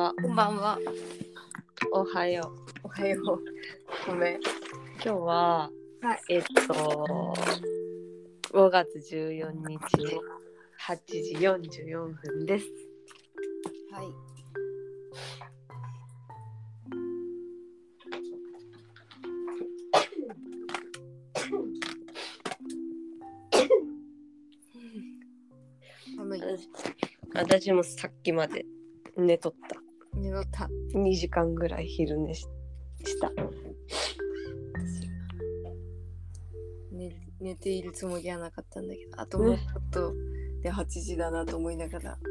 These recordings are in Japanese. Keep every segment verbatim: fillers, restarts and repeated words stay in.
は。 こんばんは。 おはよおはよう。ごめん。 う。今日は、 はい。 えっと、ごがつじゅうよっかのはちじよんじゅうよんぷんです。 はい。寒い。 私、私もさっきまで寝とった。 寝ろった。 にじかんぐらい昼寝 し, した寝、寝ているつもりはなかったんだけど、あともうちょっとではちじだなと思いながら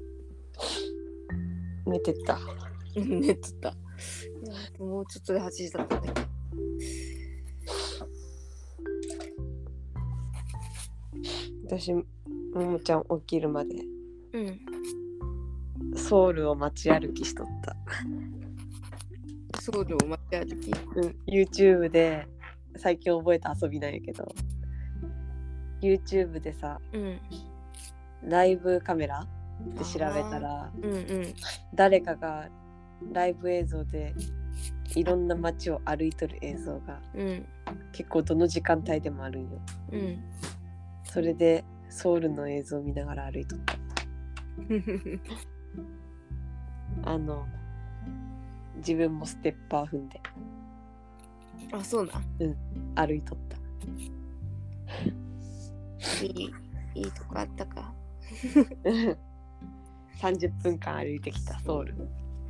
寝てた。 寝とった。いやもうちょっとではちじだったんだけど。 私、ももちゃん起きるまでうん。 ソウルを街歩きしとった。 ソウルを街歩き。 うん、YouTube で最近覚えた遊びなんやけど YouTube でさ、 うん。 ライブカメラって調べたら、 うんうん。 誰かがライブ映像でいろんな街を歩いとる映像がうん結構どの時間帯でもあるんよ。 うん。 それでソウルの映像を見ながら歩いとった。あの自分もステッパー踏んであ、そうな。 うん歩いとった。 いいいいとこあったか。 さんじゅっぷんかん歩いてきたソウル。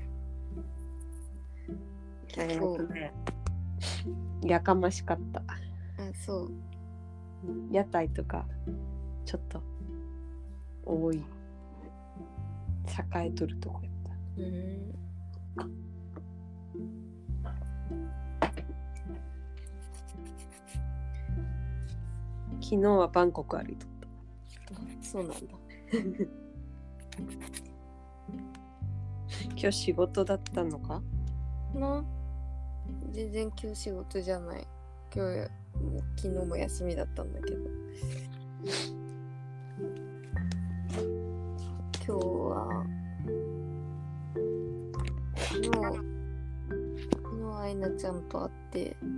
えーとね、やかましかった。 あ、そう。 屋台とかちょっと多い栄えとるとこやった。 うーん。 昨日はバンコク歩いとった。 そうなんだ。 今日仕事だったのかな、全然今日仕事じゃない。今日も昨日も休みだったんだけど、今日は昨日昨日アイナちゃんと会って、 うん、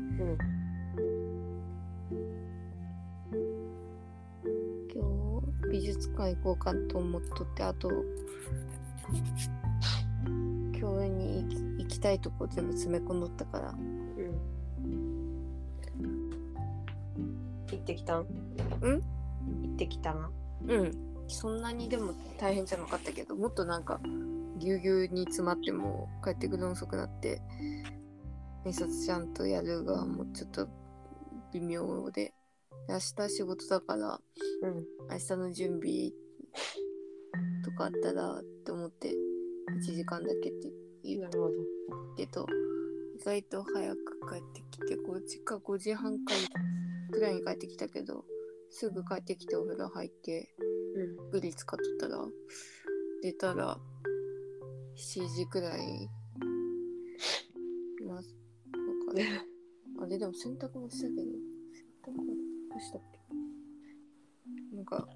今日美術館行こうかと思っとって、あと今日に行き、行きたいとこ全部詰め込んどったから、 うん、行ってきたん？ うん行ってきたん？ うん、そんなにでも大変じゃなかったけど、もっとなんかぎゅうぎゅうに詰まっても帰ってくるの遅くなって、印刷ちゃんとやるがもうちょっと微妙で、明日仕事だから、 うん、 明日の準備とかあったらって思っていちじかんだけって言うけど、意外と早く帰ってきてごじかごじはんかくらいに帰ってきたけど、すぐ帰ってきてお風呂入ってうん、 グリ使っとったら、出たらしちじくらい。まあ、なんかあれでも洗濯もしたけど、洗濯もどうしたっけ、なんか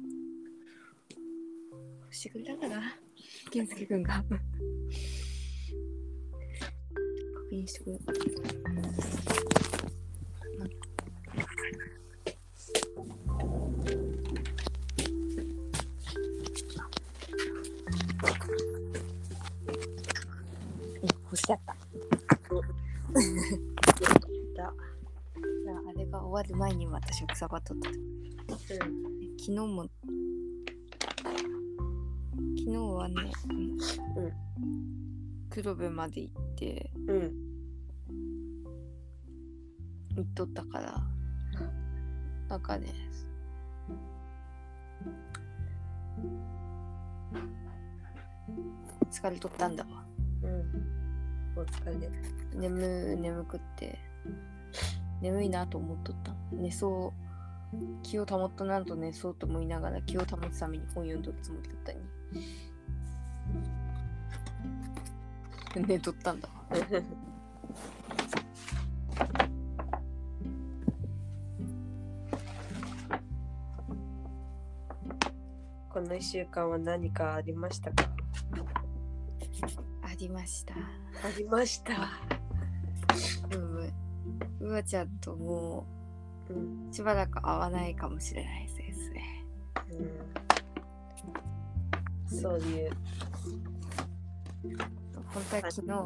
不思議だから健介くんが確認してくれ。干しちゃった。じゃああれが終わる前に私は草場取った。うん、昨日も昨日はね、うん、黒部まで行って、 うん、 行っとったから、なんかね、疲れとったんだわ。 うん、お疲れ。 眠眠くって眠いなと思っとった。寝そう、気を保っとなんと寝そうと思いながら気を保つために本読んどるつもりだったに寝とったんだわ。 このいっしゅうかんは何かありましたか？ ありました。 ありました。 うん、うわちゃんともう、うん、 しばらく会わないかもしれないですね。 うん、そういう。 本当は昨日、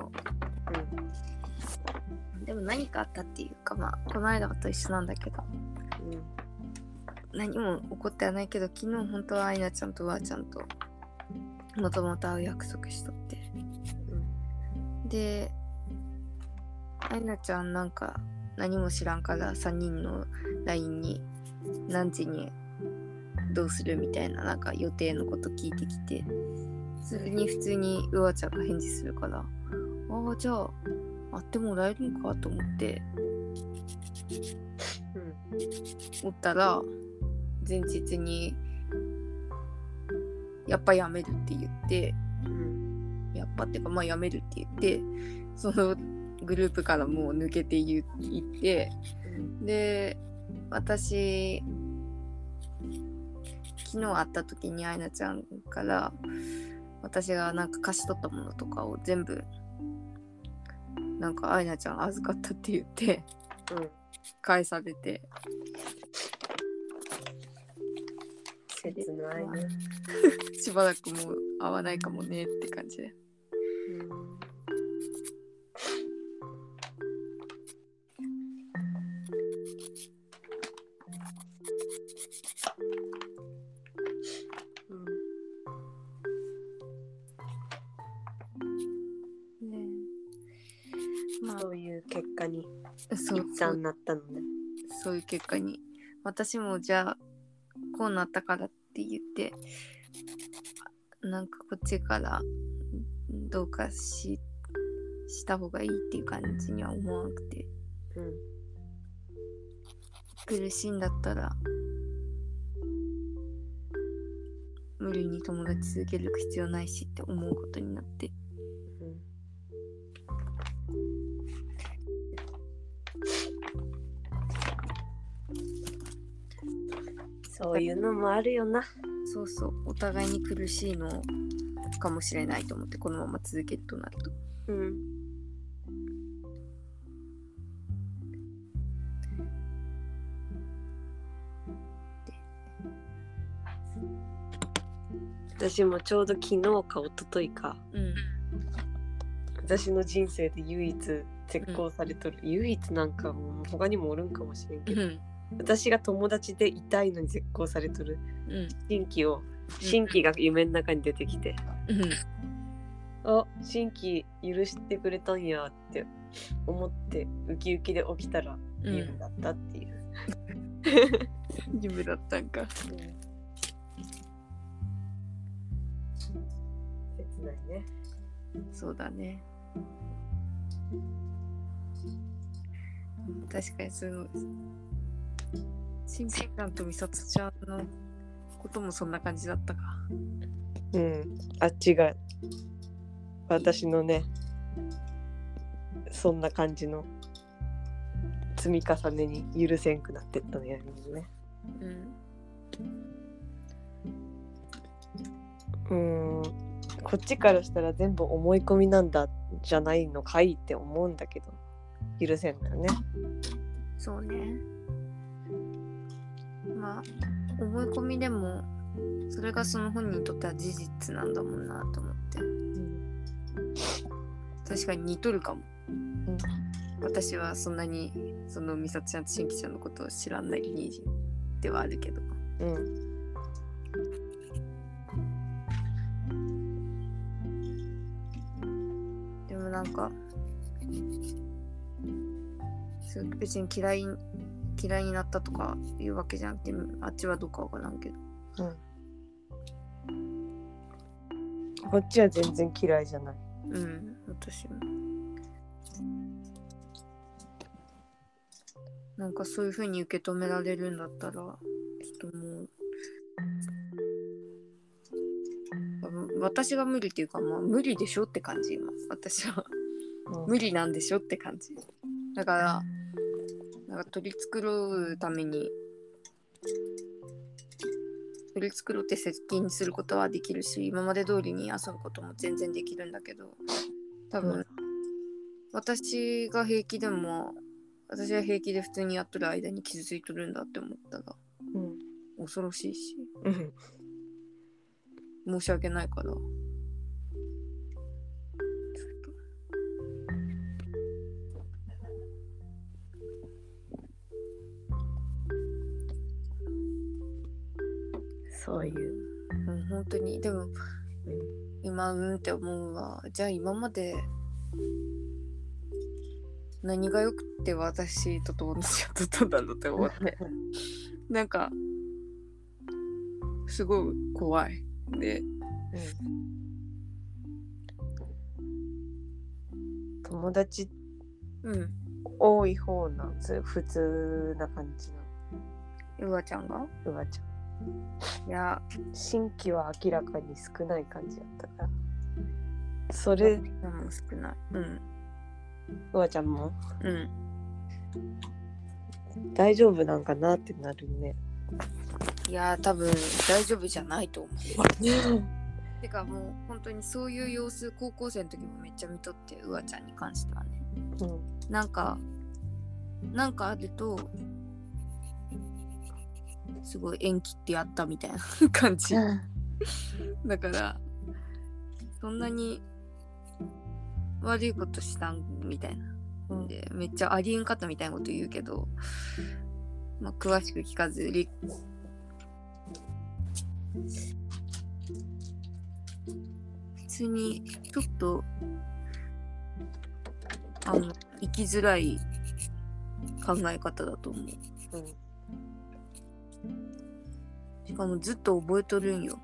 うん、 でも何かあったっていうか、まあこの間と一緒なんだけど、うん、何も起こってはないけど、昨日本当はアイナちゃんとうわちゃんともともと会う約束しとって、うん、でアイナちゃんなんか何も知らんからさんにんの ライン に何時にどうするみたいななんか予定のこと聞いてきて、それに普通にうわちゃんが返事するから、ああじゃあ会ってもらえるんかと思って、うん、おったら前日にやっぱやめるって言って、うん、やっぱってかまあやめるって言ってそのグループからもう抜けていって、で私昨日会った時にアイナちゃんから私がなんか貸し取ったものとかを全部なんかアイナちゃん預かったって言って、うん、返されて、 切ないね。 しばらくもう会わないかもねって感じで、うんね、まあそういう結果にそう一旦なったのね。 そういう結果に私もじゃあこうなったからって言ってなんかこっちからどうかしした方がいいっていう感じには思わなくて、うん、苦しいんだったら無理に友達続ける必要ないしって思うことになって、うん、 そういうのもあるよな。 そうそう、お互いに苦しいのかもしれないと思って、このまま続けるとなると、うん、 私もちょうど昨日か一昨日か、うん、私の人生で唯一絶交されとる、うん、唯一なんかもう他にもおるんかもしれんけど、うん、私が友達でいたいのに絶交されとる、うん、新規を新規が夢の中に出てきて、うん、あ、新規許してくれたんやって思ってウキウキで起きたら夢だったっていう、 うん、夢だったんか、うん、 切ないね。 そうだね、確かにその新規さんと美里ちゃんのこともそんな感じだったか。 うん、あっちが私のねそんな感じの積み重ねに許せんくなってったのやね。うん、うーん、こっちからしたら全部思い込みなんだじゃないのかいって思うんだけど許せんのよね。 そうね。まあ思い込みでもそれがその本人にとっては事実なんだもんなと思って、うん、確かに似とるかも、うん、私はそんなにその美里ちゃんと新規ちゃんのことを知らない人ではあるけど、うん、でもなんか別に嫌い嫌いになったとかいうわけじゃなくて、あっちはどうかわからんけど、 うん、こっちは全然嫌いじゃない。 うん、私もなんかそういう風に受け止められるんだったらちょっともう私が無理っていうか、まあ無理でしょって感じ。今私は、うん、無理なんでしょって感じだから、なんか取り繕うために取り繕って接近することはできるし、今まで通りに遊ぶことも全然できるんだけど、 多分、うん、私が平気でも私は平気で普通にやっとる間に傷ついとるんだって思ったら、うん、恐ろしいし、うん、申し訳ないから。 そういう、 うん、本当にでも、うん、今うんって思うわ。じゃあ今まで何がよくて私と友達を取ったんだろうって思ってなんかすごい怖いで、うん、 友達、うん、多い方なんです。普通な感じの。うわちゃんがうわちゃんいや新規は明らかに少ない感じだったからそれも少ない。うんうわちゃんもうん大丈夫なんかなってなるね。 いや多分大丈夫じゃないと思うてかもう本当にそういう様子高校生の時もめっちゃ見とってうわちゃんに関してはね、うん、なんかなんかあるとすごい縁切ってやったみたいな感じだからそんなに悪いことしたんみたいな、うん、でめっちゃありえんかったみたいなこと言うけど、まあ、詳しく聞かずり普通にちょっとあの生きづらい考え方だと思う、うん、しかもずっと覚えとるんよ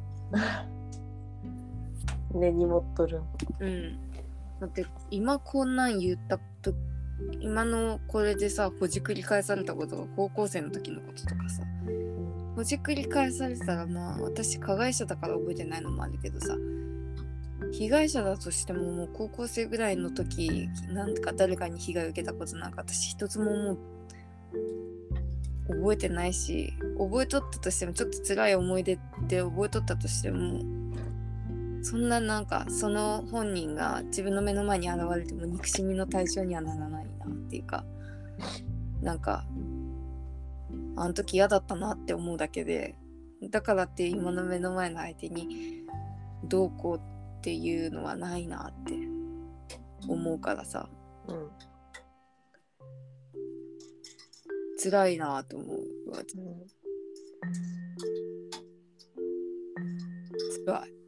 根に持っとる。 うんだって今こんなん言ったと今のこれでさほじくり返されたことが高校生の時のこととかさ、うん、ほじくり返されたらまあ私加害者だから覚えてないのもあるけどさ被害者だとしてももう高校生ぐらいの時なんか誰かに被害を受けたことなんか私一つももう覚えてないし覚えとったとしてもちょっと辛い思い出って覚えとったとしてもそんななんかその本人が自分の目の前に現れても憎しみの対象にはならないなっていうかなんかあの時嫌だったなって思うだけでだからって今の目の前の相手にどうこうっていうのはないなって思うからさ、うん、辛いなと思う、うん、辛い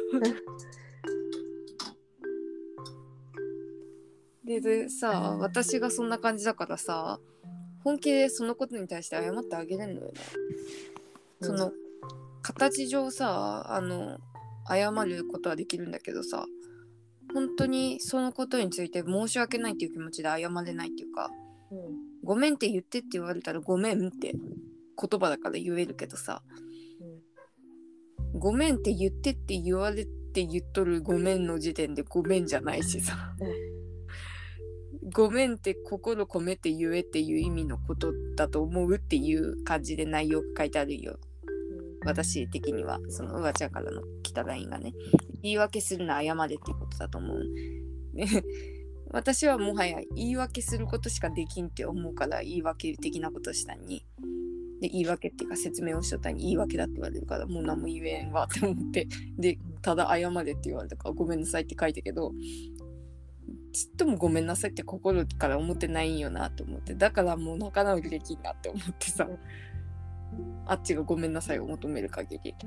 で, でさ私がそんな感じだからさ本気でそのことに対して謝ってあげれんのよね、うん、その形上さあの謝ることはできるんだけどさ本当にそのことについて申し訳ないっていう気持ちで謝れないっていうか、うん、ごめんって言ってって言われたらごめんって言葉だから言えるけどさ、うん、ごめんって言ってって言われて言っとるごめんの時点でごめんじゃないしさ、うん、ごめんって心込めて言えっていう意味のことだと思うっていう感じで内容が書いてあるよ。私的にはそのうわちゃんからの来たラインがね言い訳するな謝れっていうことだと思う私はもはや言い訳することしかできんって思うから言い訳的なことしたにで言い訳っていうか説明をしとったに言い訳だって言われるからもう何も言えんわって思ってでただ謝れって言われたからごめんなさいって書いたけどちっともごめんなさいって心から思ってないんよなと思ってだからもう仲直りできんなって思ってさあっちがごめんなさいを求める限り、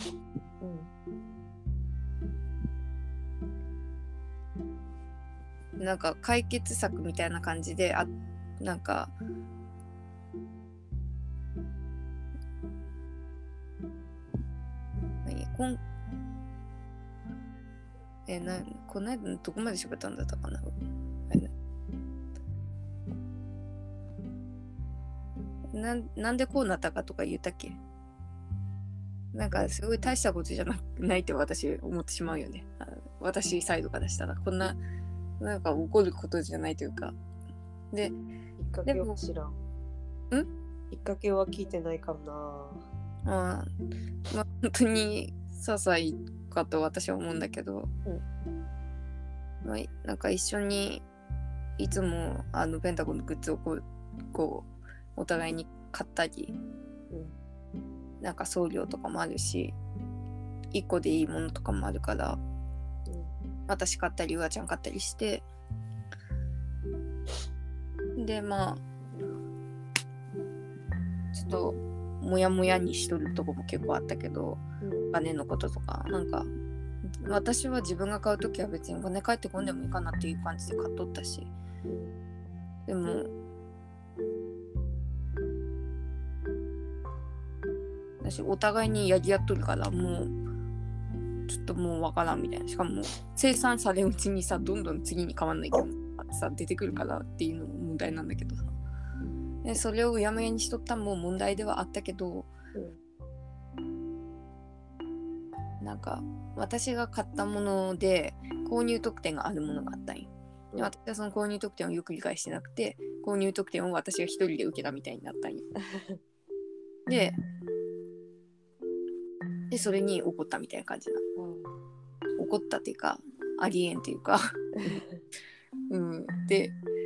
うん、なんか解決策みたいな感じであなんか何こんえなこの間どこまで喋ったんだったかなな, なんでこうなったかとか言ったっけなんかすごい大したことじゃなないって私思ってしまうよね私サイドからしたらこんななんか起こることじゃないというかできっかけは知らんんきっかけは聞いてないかなあまあ本当に些細かと私は思うんだけど、 まあ、なんか一緒にいつもあのペンタゴンのグッズをこう、こうお互いに買ったり、うん、なんか送料とかもあるしいっこでいいものとかもあるから、うん、私買ったりうわちゃん買ったりして、でまあちょっとモヤモヤにしとるとこも結構あったけど、うん、お金のこととかなんか私は自分が買うときは別にお金返ってこんでもいいかなっていう感じで買っとったし、うん、でも私お互いにやり合っとるからもうちょっともうわからんみたいな、しかも生産されんうちにさどんどん次に変わんないけどさ出てくるからっていうのも問題なんだけどさ、でそれをうやむやにしとったのも問題ではあったけど、うん、なんか私が買ったもので購入特典があるものがあったんよ。で私はその購入特典をよく理解してなくて購入特典を私が一人で受けたみたいになったんよ。ででそれに怒ったみたいな感じな、うん、怒ったっていうかありえんっていうか、うん、で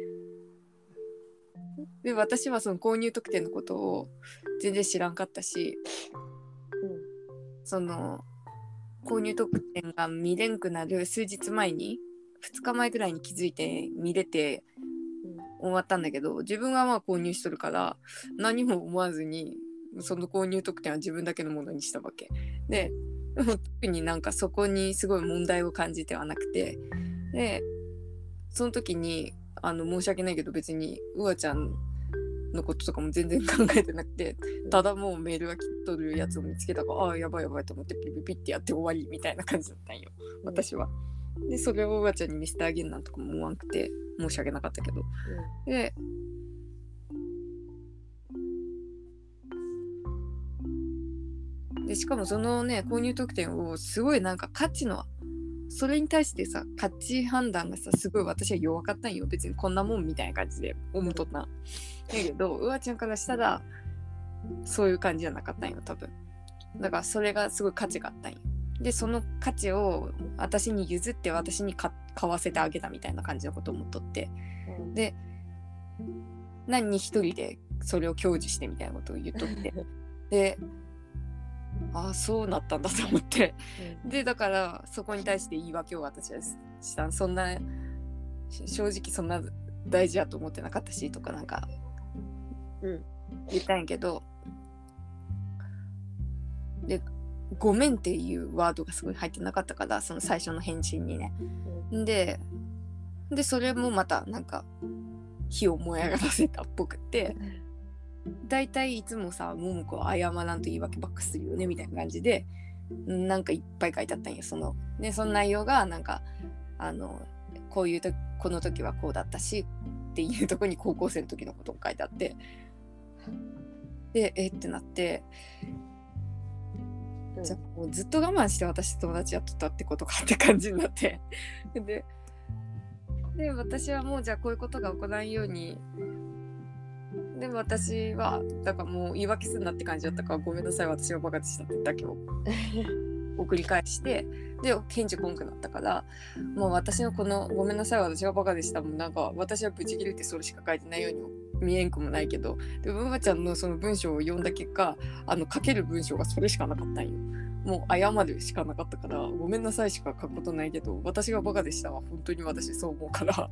で私はその購入特典のことを全然知らんかったし、うん、その購入特典が見れんくなる数日前にふつかまえぐらいに気づいて見れて、うん、終わったんだけど自分はまあ購入しとるから何も思わずにその購入特典は自分だけのものにしたわけで、特になんかそこにすごい問題を感じてはなくて、でその時にあの申し訳ないけど別にうわちゃんのこととかも全然考えてなくて、ただもうメールが来とるやつを見つけたからああやばいやばいと思ってピピピってやって終わりみたいな感じだったんよ私は。でそれをうわちゃんに見せてあげるなんとかも思わなくて申し訳なかったけど、うん、ででしかもそのね購入特典をすごいなんか価値のそれに対してさ価値判断がさすごい私は弱かったんよ。別にこんなもんみたいな感じで思っとった。だけどうわちゃんからしたらそういう感じじゃなかったんよ多分。だからそれがすごい価値があったんよ。でその価値を私に譲って私に買わせてあげたみたいな感じのことを思っとって、で何に一人でそれを享受してみたいなことを言っとってでああそうなったんだと思って、うん、でだからそこに対して言い訳を私はしたそんな正直そんな大事やと思ってなかったしとかなんか、うん、言ったんやけど、でごめんっていうワードがすごい入ってなかったからその最初の返信にね、うん、ででそれもまたなんか火を燃え上がらせたっぽくて、だいたいいつもさももこは謝らんと言い訳ばっかするよねみたいな感じでなんかいっぱい書いてあったんよ。そのでその内容がなんかあのこういうとこの時はこうだったしっていうとこに高校生の時のことを書いてあって、でえってなって、うん、じゃあもうずっと我慢して私と友達やっとったってことかって感じになってでで私はもうじゃあこういうことが起こらんように、でも私はだからもう言い訳すんなって感じだったからごめんなさい私はバカでしたってだけを送り返してで返事こんくなったから、もう私のこのごめんなさい私はバカでしたもんなんか私はブチ切れてそれしか書いてないようにも見えんくもないけど、でブーバちゃんのその文章を読んだ結果あの書ける文章がそれしかなかったんよ。もう謝るしかなかったからごめんなさいしか書くことないけど私がバカでしたは本当に私そう思うから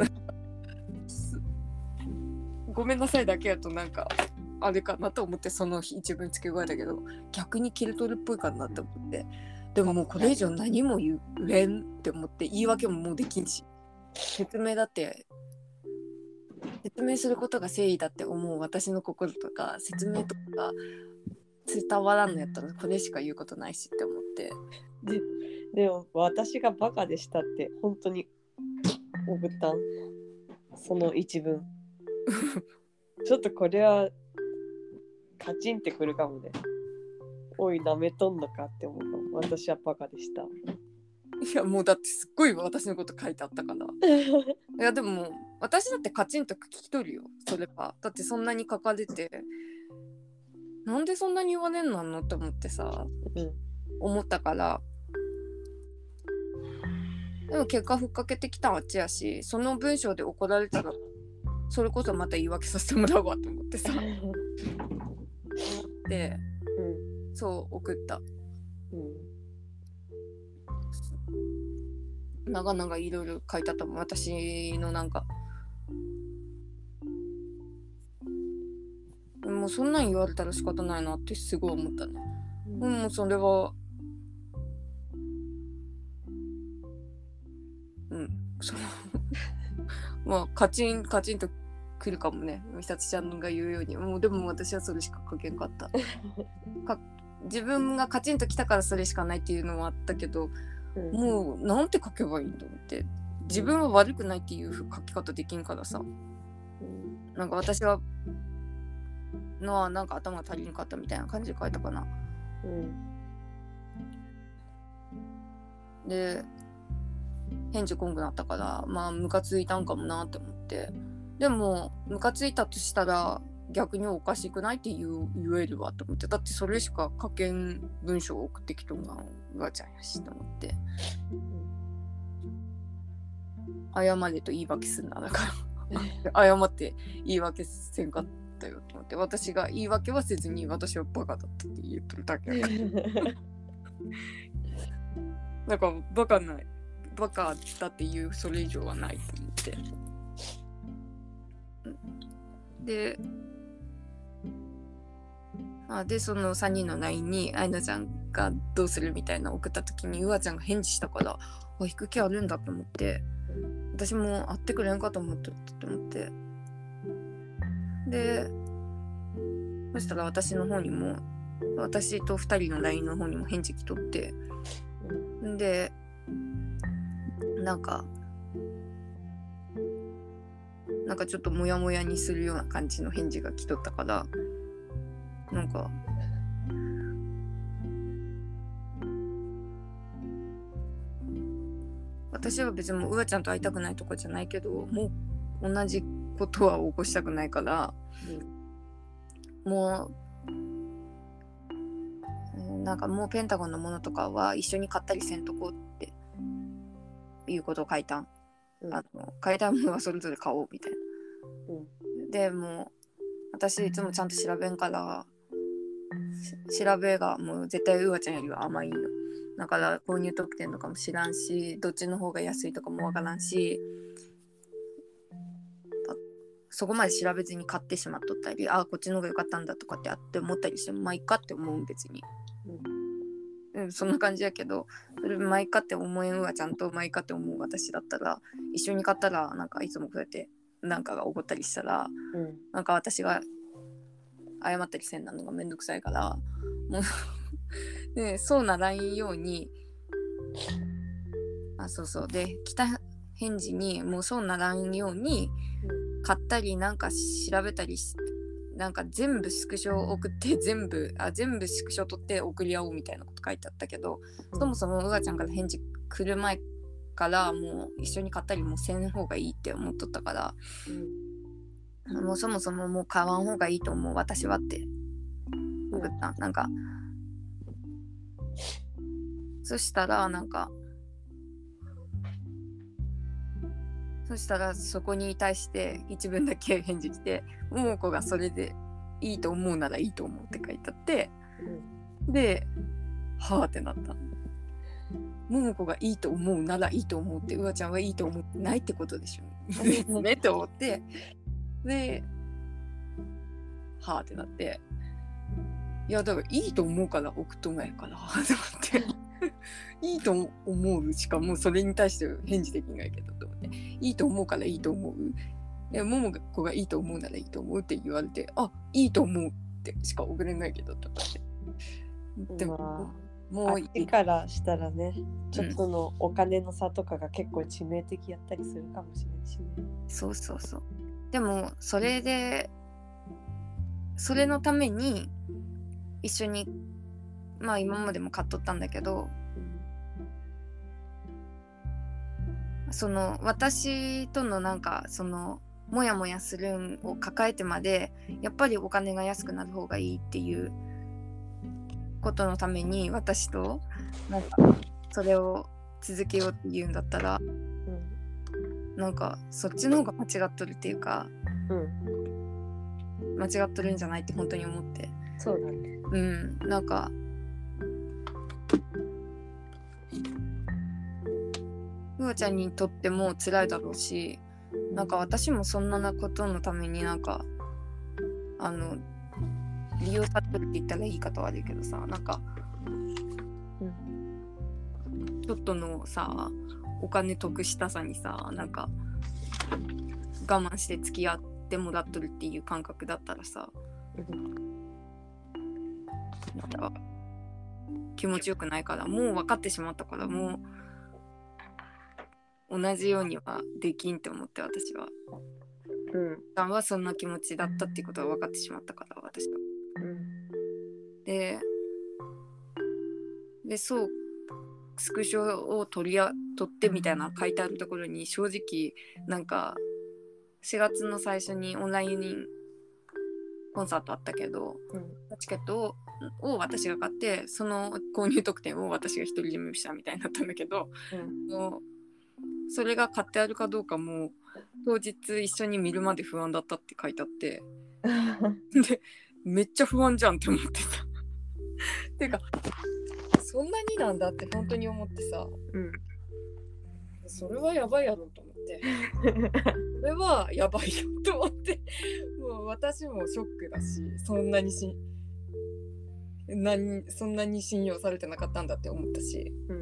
ごめんなさいだけやとなんかあれかなと思ってその日一文付け加えたけど逆にキルトルっぽいかなって思って、でももうこれ以上何も言えんって思って言い訳ももうできんし説明だって説明することが誠意だって思う私の心とか説明とか伝わらんのやったらこれしか言うことないしって思って、 で, でも私がバカでしたって本当に送ったんその一文ちょっとこれはカチンってくるかもね。おいなめとんのかって思うかも。私はバカでした。 いやもうだってすっごい私のこと書いてあったからいやでも私だってカチンと聞き取るよそれは。だってそんなに書かれてなんでそんなに言わねんなんのって思ってさ、うん、思ったからでも結果ふっかけてきたあっちやし、その文章で怒られたらそれこそまた言い訳させてもらうわと思ってさで、うん、そう送った、うん、長々いろいろ書いてあったもん、私のなんかもうそんなん言われたら仕方ないなってすごい思ったね。うん、もうそれはうんそのまあカチンカチンと来るかもね、美咲ちゃんが言うように。もうでも私はそれしか書けんかったか自分がカチンと来たからそれしかないっていうのもあったけど、うん、もうなんて書けばいいんだろうって、自分は悪くないっていう書き方できんからさ、うん、なんか私はのはなんか頭が足りなかったみたいな感じで書いたかな、うん、で返事こんくなったから、まあムカついたんかもなって思って、でもムカついたとしたら逆におかしくないって言う言えるわと思って、だってそれしか書けん文章を送ってきとんがうわちゃんやしと思って、謝れと言い訳すんなだから謝って言い訳せんかったよと思って、私が言い訳はせずに私はバカだったって言ってるだけやからだからバカないバカだっていうそれ以上はないと思って、であでそのさんにんの ライン にあいなちゃんがどうするみたいな送った時にうわちゃんが返事したから、あ引く気あるんだと思って、私も会ってくれんかと思ってと思ってでそしたら私の方にも私とふたりの ライン の方にも返事来とって、でなんかなんかちょっとモヤモヤにするような感じの返事が来とったから、なんか私は別にもううわちゃんと会いたくないとかじゃないけど、もう同じことは起こしたくないから、うん、もうなんかもうペンタゴンのものとかは一緒に買ったりせんとこっていうことを書いたん、うん、あの買いたいものはそれぞれ買おうみたいな、うん、でも私いつもちゃんと調べんから調べがもう絶対うわちゃんよりは甘いよ。だから購入特典とかも知らんし、どっちの方が安いとかもわからんし、そこまで調べずに買ってしまっとったり、あこっちの方が良かったんだとかってあって思ったりしてもまあいっかって思うん別に、うん、そんな感じやけど、それまあいっかって思えんうわちゃんとまあいっかって思う私だったら、一緒に買ったらなんかいつもこうやってなんかが起こったりしたら、うん、なんか私が謝ったりせんなのがめんどくさいからもうでそうならんように、あそうそうで来た返事にもうそうならんように買ったりなんか調べたりしなんか全部スクショを送って全部あ全部スクショ取って送り合おうみたいなこと書いてあったけど、うん、そもそもうわちゃんから返事来る前からもう一緒に買ったりもせん方がいいって思っとったから、うん、もうそもそももう買わん方がいいと思う私はって送った、うん、なんかそしたらなんかそしたらそこに対して一文だけ返事来て、ももこがそれでいいと思うならいいと思うって書いてあって、うん、ではぁってなった。ももこがいいと思うならいいと思うってうわちゃんはいいと思ってないってことでしょですねって思って、ではぁってなって、いやだからいいと思うから送っとんがやからと思っていいと思うしかもうそれに対して返事できないけどと思って、いいと思うからいいと思う、いやももこがいいと思うならいいと思うって言われて、あいいと思うってしか送れないけどとかって、でも、まあ、もういいからしたらね、ちょっとのお金の差とかが結構致命的やったりするかもしれないしね、 うん、そうそうそう。でもそれでそれのために一緒にまあ今までも買っとったんだけど、その私とのなんかそのモヤモヤするんを抱えてまでやっぱりお金が安くなる方がいいっていうことのために私となんかそれを続けようって言うんだったら、うん、なんかそっちの方が間違っとるっていうか、うん、間違っとるんじゃないって本当に思って。 そうだね。 うん、なんかうわちゃんにとっても辛いだろうし、なんか私もそんなことのためになんかあの利用されるって言ったら言い方悪いけどさ、なんか、うん、ちょっとのさお金得したさにさ、なんか我慢して付き合ってもらっとるっていう感覚だったらさ、うん、なんか気持ちよくないから、もう分かってしまったから、もう同じようにはできんって思って、私は。うん。さんはそんな気持ちだったっていうことが分かってしまったから、私は。うん、で、で、そう、スクショを取りや取ってみたいな書いてあるところに、正直、なんか、しがつの最初にオンラインコンサートあったけど、うん、チケットを私が買って、その購入特典を私が一人占めしたみたいになったんだけど、うん、もうそれが買ってあるかどうかも当日一緒に見るまで不安だったって書いてあってでめっちゃ不安じゃんって思ってさてかそんなになんだって本当に思ってさ、うん、それはやばいやろと思ってそれはやばいよと思ってもう私もショックだし、そんなにし何そんなに信用されてなかったんだって思ったし、うん、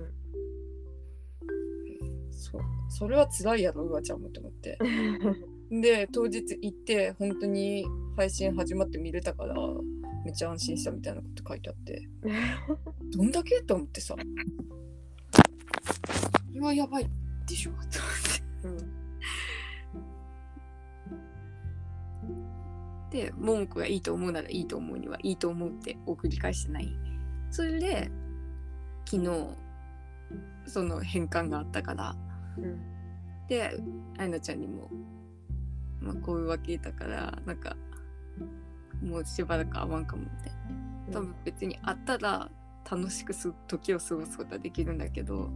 そ, それは辛いやろうわちゃんもと思ってで当日行って本当に配信始まって見れたからめっちゃ安心したみたいなこと書いてあってどんだけと思ってさ、これはやばいでしょと思って、うん、で文句がいいと思うならいいと思うにはいいと思うって送り返してない。それで昨日その変換があったから、うん、であいなちゃんにも、まあ、こういうわけだからなんかもうしばらく会わんかもって、多分別に会ったら楽しくす時を過ごすことはできるんだけど、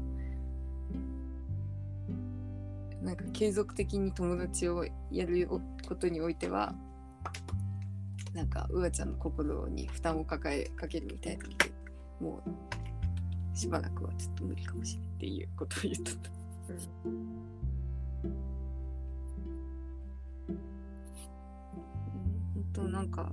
なんか継続的に友達をやることにおいてはなんかうわちゃんの心に負担を抱えかけるみたいなので、もうしばらくはちょっと無理かもしれないっていうことを言っとった、うん、本当なんか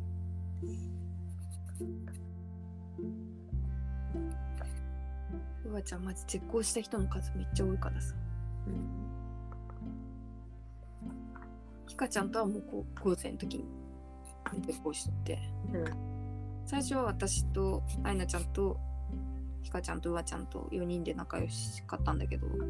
うわちゃんマジ絶交した人の数めっちゃ多いからさ、うん、ひかちゃんとはもう高校生の時に絶交しとって、うん、最初は私とあいなちゃんとひかちゃんとうわちゃんとよにんで仲良しかったんだけど、うん、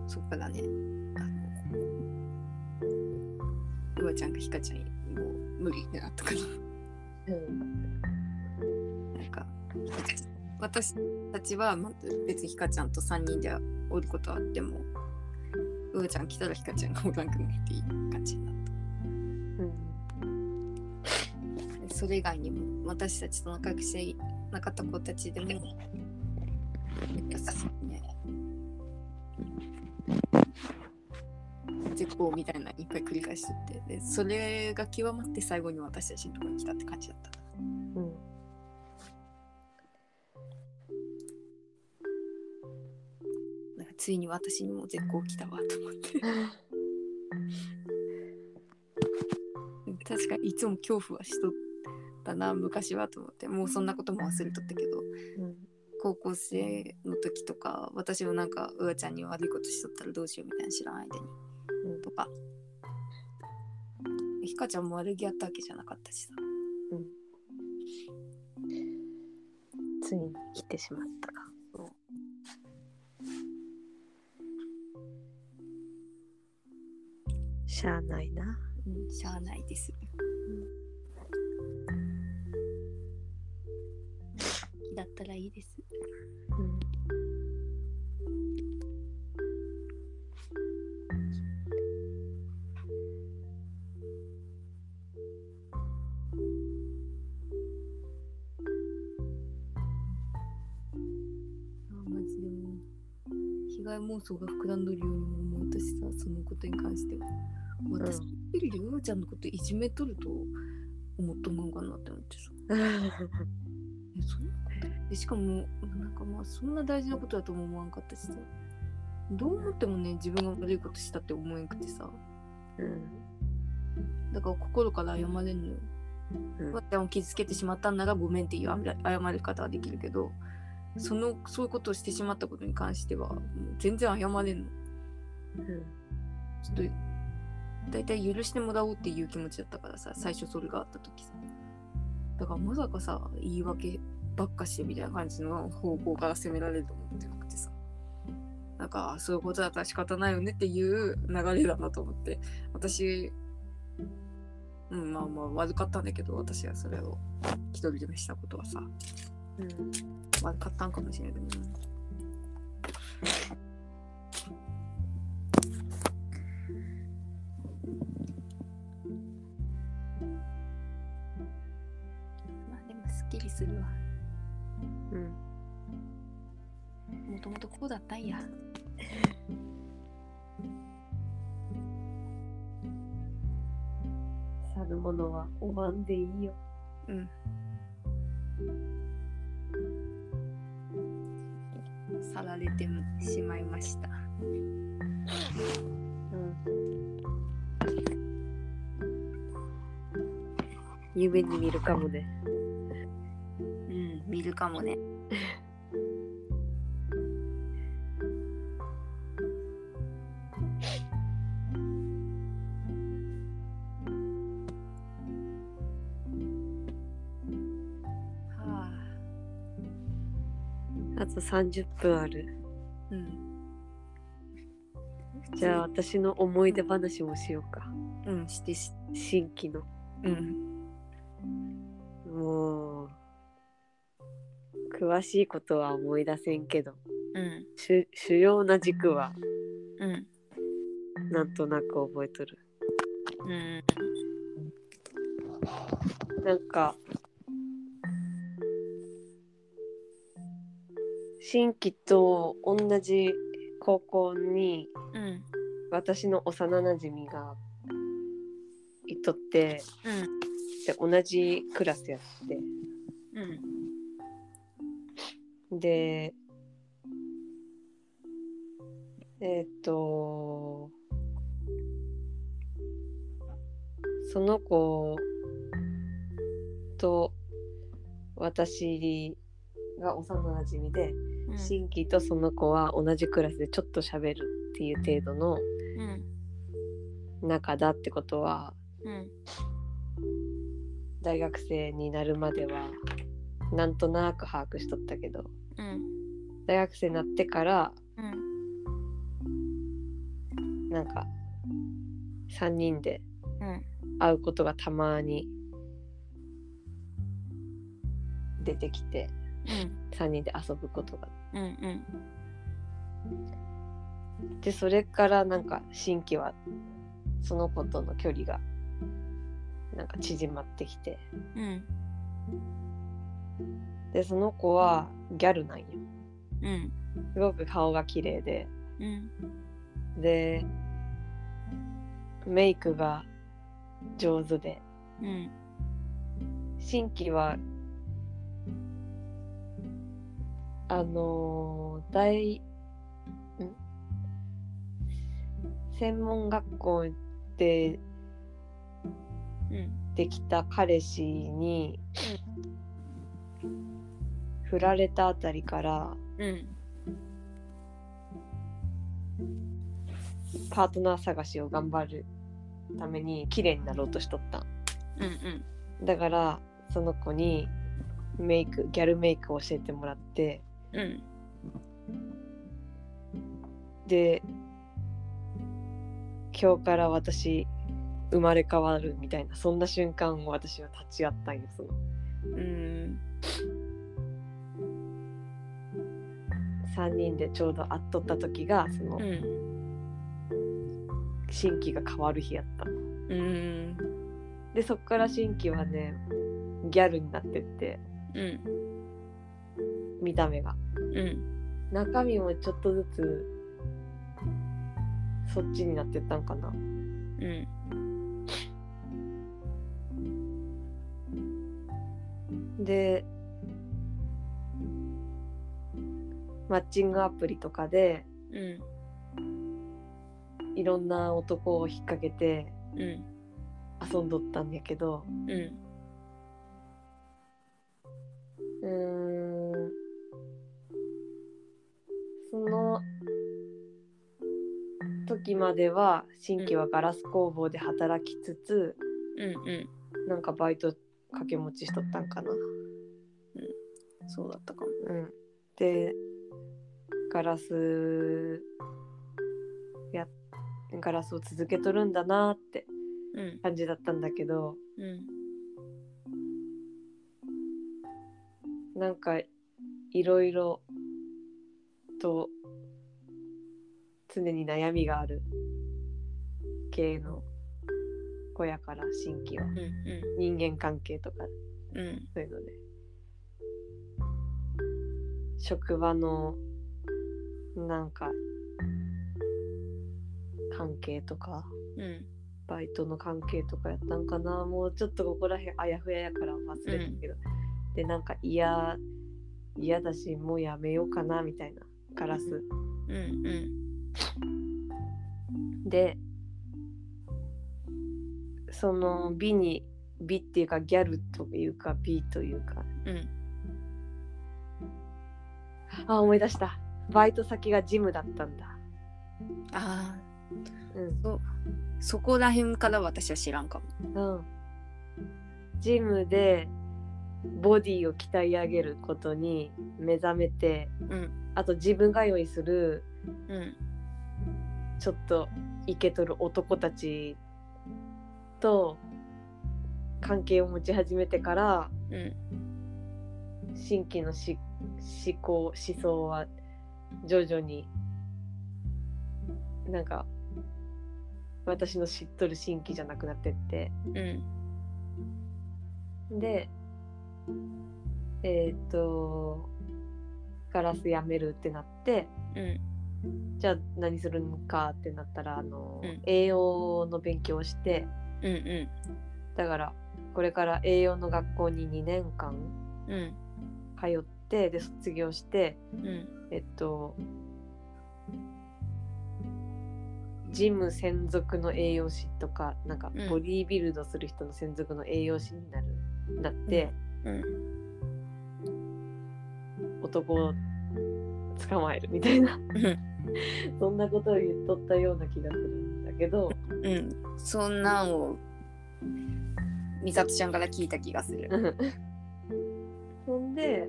そっからね、あのうわちゃんがひかちゃんにもう無理ってなったから、うん、なんか私たちはまず別にひかちゃんとさんにんでおることはあっても、うわちゃん来たらひかちゃんがおらんくなっていい感じになった、うん、それ以外にも私たちと仲良くしてなかった子たちでもめっちゃさね絶望みたいなのいっぱい繰り返してって、でそれが極まって最後に私たちのところに来たって感じだった、うん、なんかついに私にも絶好来たわと思って確かにいつも恐怖はしとったな昔はと思って、もうそんなことも忘れとったけど、うん、高校生の時とか私もなんかうわちゃんに悪いことしとったらどうしようみたいな知らん間に、うん、とかひかちゃんも悪気あったわけじゃなかったしさ、うん、ついに来てしまったか。そうしゃあないな、うん、しゃあないです、うん、だったらいいです、うん、 妄想が膨らんどるようにも思えたしさ、そのことに関しては私よりりょうちゃんのこといじめとると思っとんのかなって思ってさえそんなことでしかもなんかまあそんな大事なことだとも思わんかったしさ、どう思ってもね自分が悪いことしたって思えんくてさ、うん、だから心から謝れんのよ。わっちゃんを傷つけてしまったんならごめんっていう謝り方はできるけど、そのそういうことをしてしまったことに関してはもう全然謝れんの、うん、ちょっとだいたい許してもらおうっていう気持ちだったからさ、最初それがあった時さ、だからまさかさ言い訳ばっかしてみたいな感じの方向から責められると思ってなくてさ、なんかそういうことだったら仕方ないよねっていう流れだなと思って、私うん、まあまあ悪かったんだけど、私はそれを一人でもしたことはさ、うん、悪かったんかもしれないけどね。まあでもすっきりするわ。うん。もともとこうだったんや。 去るものは終わんでいいよ。うん。 去られてしまいました。うん。 夢に見るかもね。 うん、見るかもね。 あとさんじゅっぷんある。うん。じゃあ私の思い出話もしようか。 うん、してし新規の。うん。もう詳しいことは思い出せんけど、うん、主, 主要な軸は、うん、なんとなく覚えとる。うん。なんか。新規と同じ高校に、うん、私の幼なじみがいとって、うん、で同じクラスやって、うん、でえっとその子と私が幼なじみで、うん、新規とその子は同じクラスでちょっと喋るっていう程度の仲だってことは、うん、大学生になるまではなんとなく把握しとったけど、うん、大学生になってから、うん、なんかさんにんで会うことがたまに出てきて、うん、さんにんで遊ぶことが、うんうん、でそれからなんか新規はその子との距離がなんか縮まってきて、うん、でその子はギャルなんよ、うん、すごく顔が綺麗で、うん、でメイクが上手で、うん、新規はあのー、大ん専門学校でできた彼氏に、うん、振られたあたりから、うん、パートナー探しを頑張るために綺麗になろうとしとった、うんうん、だからその子にメイクギャルメイクを教えてもらって、うん、で今日から私生まれ変わるみたいなそんな瞬間を私は立ち会ったんよ。そのうんさんにんでちょうど会っとった時がその、うん、新規が変わる日やった。うんでそっから新規はねギャルになってって、うん、見た目が、うん、中身もちょっとずつそっちになってったんかな。 うんでマッチングアプリとかで、 うん、 いろんな男を引っ掛けて遊んどったんやけど、 うん、 うーんその時までは新規はガラス工房で働きつつ、 うんうん、 なんかバイト掛け持ちしとったんかな。うん、 そうだったかも。 うん、でガラスやガラスを続けとるんだなって感じだったんだけど、 うんうん、なんかいろいろと常に悩みがある系の子やから、新規は、 うんうん、 人間関係とか、 うん、 そういうので職場のなんか関係とか、 うん、 バイトの関係とかやったんかな。もうちょっとここらへんあやふややから忘れたけど、うん、でなんか嫌嫌だしもうやめようかなみたいな、ガラス、 うんうん、 でその美に美っていうかギャルというか美というか、 うん、 あ思い出した、バイト先がジムだったんだ。 ああ、 うん、 そ, そこら辺から私は知らんかも、うん、ジムでボディを鍛え上げることに目覚めて、 うん、 あと自分通いする、 うん、 ちょっとイケとる男たちと関係を持ち始めてから、 うん、 新規のし思考思想は徐々になんか私の知っとる新規じゃなくなってって、 うん、 でえっ、ー、とガラスやめるってなって、 うん、 じゃあ何するのかってなったら、あの、 うん、 栄養の勉強をして、 うんうん、 だからこれから栄養の学校ににねんかん通って、で卒業して、 うん、 えっとジム専属の栄養士とか、なんかボディービルドする人の専属の栄養士になるなって、 うんうん、 男を捕まえるみたいなそんなことを言っとったような気がするんだけど、 うん、そんなんを美里ちゃんから聞いた気がするそんで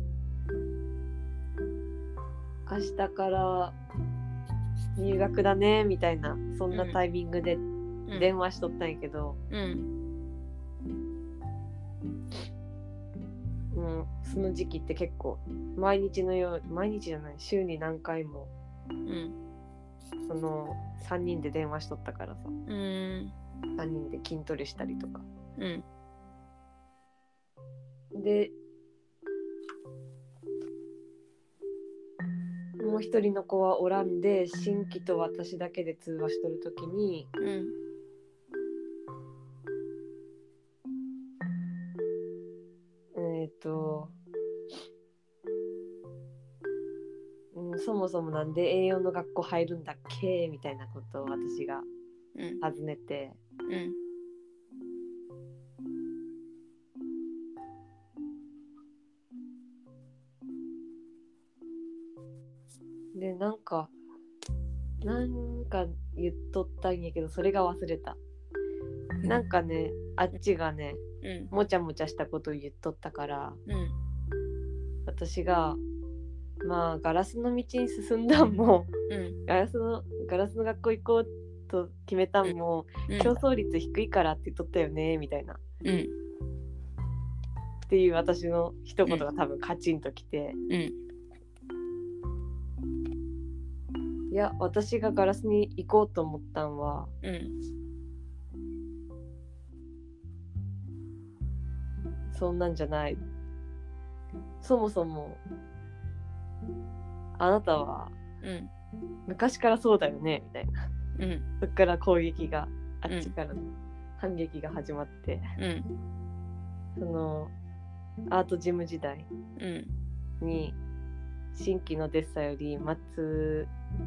明日から入学だねみたいな、そんなタイミングで電話しとったんやけど、 うん、 もうその時期って結構毎日のよう毎日じゃない週に何回も、 うん、 そのさんにんで電話しとったからさ、 うん、 さんにんで筋トレしたりとか、 うん、 でもう一人の子はおらんで、新規と私だけで通話しとるときに、 うん、 えっと、うん、そもそもなんで栄養の学校入るんだっけみたいなことを私が尋ねて、 うんうん、でなんかなんか言っとったんやけどそれが忘れた。なんかね、あっちがね、うん、もちゃもちゃしたことを言っとったから、うん、私がまあガラスの道に進んだんも、うん、ガラスのガラスの学校行こうと決めたんも、うん、競争率低いからって言っとったよねみたいな、うん、っていう私の一言が多分カチンときて、うん、いや私がガラスに行こうと思ったんは、うん、そんなんじゃない。そもそもあなたは、うん、昔からそうだよねみたいな。 うん、 そっから攻撃があっちからの反撃が始まって、 うん、 そのアートジム時代に、うん、新規のデッサより松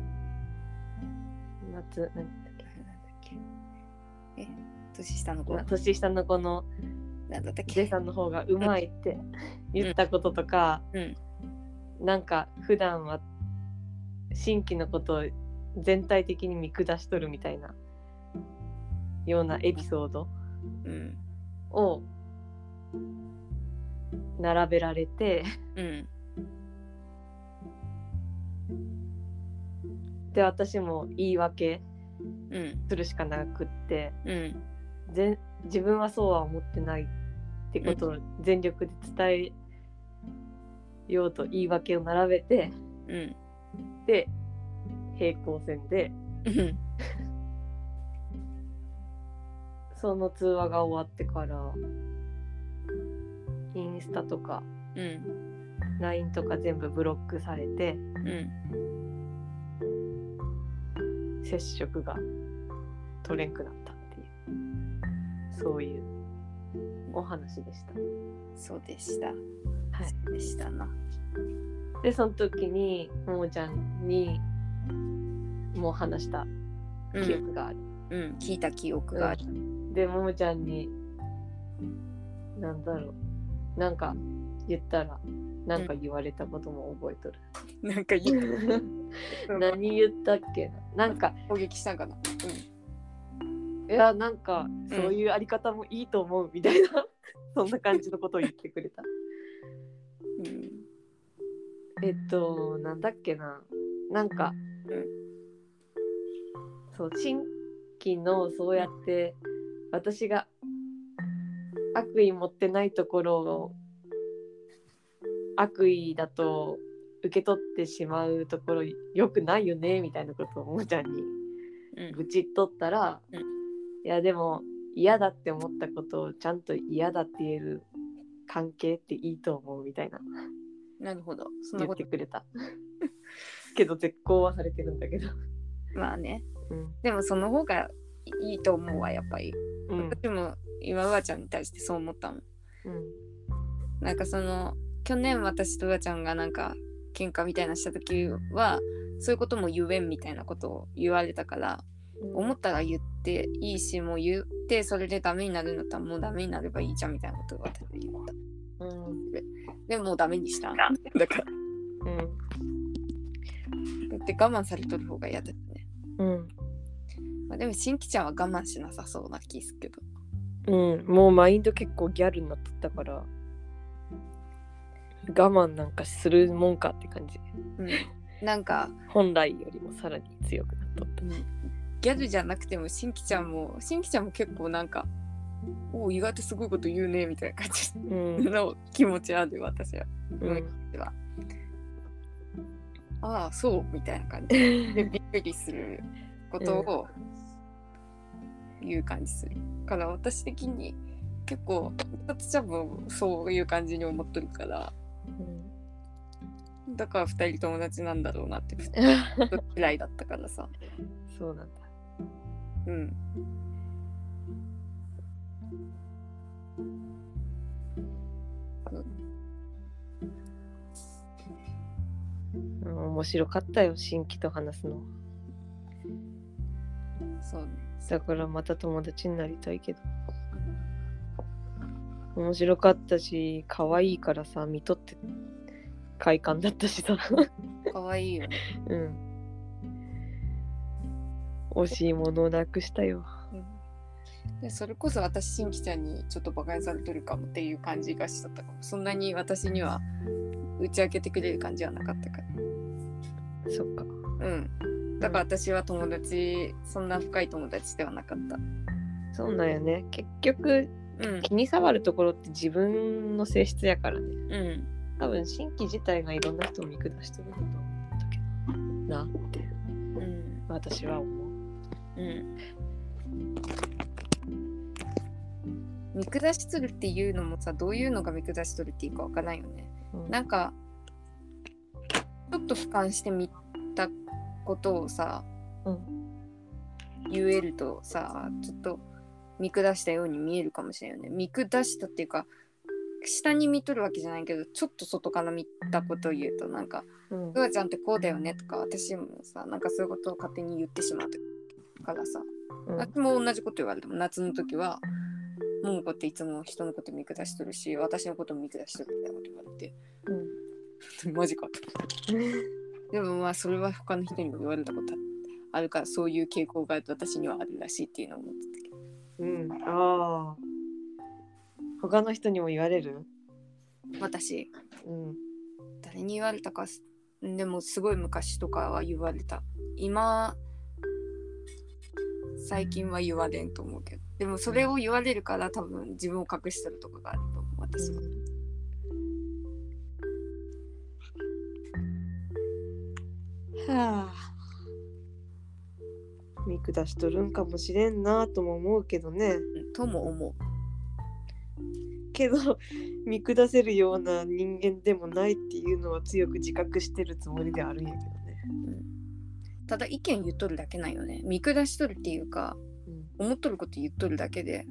松なんだっけなんだっけえ年下の子年下の子のなんだったっけデッサの方がうまいって言ったこととか、 うんうん、なんか普段は新規のことを全体的に見下しとるみたいなようなエピソードを並べられて、 うん、 で私も言い訳するしかなくって、 うん、 ぜ自分はそうは思ってないってことを全力で伝えようと言い訳を並べて、 うん、 で平行線で、 うん、 その通話が終わってからインスタとか、 うん、 ライン とか全部ブロックされて、うん、接触が取れんくなったっていうそういうお話でした。 そうでした。 はい。 でしたな。 でその時にももちゃんにもう話した記憶がある。 うん、うん、聞いた記憶がある。 うん、でももちゃんになんだろうなんか言ったらなんか言われたことも覚えとる。 うん、なんか言った。 何言ったっけな。なんか攻撃したんかな。 うん。いやなんかそういうあり方もいいと思うみたいな、うん、そんな感じのことを言ってくれた。うん、えっとなんだっけななんか、うん、そう新規のそうやって私が悪意持ってないところを悪意だと受け取ってしまうところ良くないよねみたいなことをももちゃんにぶちっとったら、うん、いやでも嫌だって思ったことをちゃんと嫌だって言える関係っていいと思うみたいな。 なるほど。 そんなこと言ってくれた。けど絶交はされてるんだけど。 まあね、 うん、 でもその方がいいと思うわやっぱり、うん、私も今わちゃんに対してそう思ったもん、うん、なんかその去年私とわちゃんがなんか喧嘩みたいなした時はそういうことも言えんみたいなことを言われたから、うん、思ったら言っていいしもう言ってそれでダメになるんだったらもうダメになればいいじゃんみたいなことを私は言った、うん、で, でもうダメにしたんだから、うん、だって我慢されとる方が嫌だよね。うん。まあ、でも新規ちゃんは我慢しなさそうな気すけど。 うん、もうマインド結構ギャルになっとったから我慢なんかするもんかって感じ。 うん。なんか本来よりもさらに強くなっとった。うん、 ギャルじゃなくても新規ちゃんも新規ちゃんも結構なんかお意外とすごいこと言うねみたいな感じの気持ちある私は。うん。はああそうみたいな感じでびっくりすることを言う感じするから私的に結構私ちゃんもそういう感じに思っとるから、うん、だからふたり友達なんだろうなって嫌いだったからさ。 そうなんだ。 うん。 うん、面白かったよ新規と話すの。 そうね。 だからまた友達になりたいけど。面白かったし可愛いからさ見とって快感だったしさ。 可愛いよね。 うん。惜しいものをなくしたよ。 うん、でそれこそ私新規ちゃんにちょっと馬鹿にされてるかもっていう感じがしちゃったかも。そんなに私には打ち明けてくれる感じはなかったから。 そっか。 うん。だから私は友達、うん、そんな深い友達ではなかった。 そうなんよね。結局、うん、気に障るところって自分の性質やからね。うん。多分新規自体がいろんな人を見下してるんだと思うんだけどなって、うん、私は思う。うん。 見下しとるっていうのもさ、どういうのが見下しとるっていうかわからないよね。うん、なんかちょっと俯瞰してみたことをさ、うん、 言えるとさ、ちょっと見下したように見えるかもしれないよね。見下したっていうか、下に見とるわけじゃないけど、ちょっと外から見たことを言うと、なんか、うわ、うん、ちゃんってこうだよねとか、私もさ、なんかそういうことを勝手に言ってしまうからさ、うん、私も同じこと言われても、夏の時は、ももこっていつも人のこと見下しとるし、私のことも見下しとるみたいなこと言われて、うん、マジかと。でもまあ、それは他の人にも言われたことあるから、そういう傾向が私にはあるらしいっていうのを思ってたけど。 うん、ああ。他の人にも言われる？ 私、 うん、 誰に言われたか、でもすごい昔とかは言われた。今最近は言われんと思うけど、でもそれを言われるから多分自分を隠してるとこがあると思う、私は。 うん、はあ、見下しとるんかもしれんなとも思うけどね。 とも思うけど、見下せるような人間でもないっていうのは強く自覚してるつもりであるんやけどね、 うん、ただ意見言っとるだけなんよね。見下しとるっていうか、うん、思っとること言っとるだけで、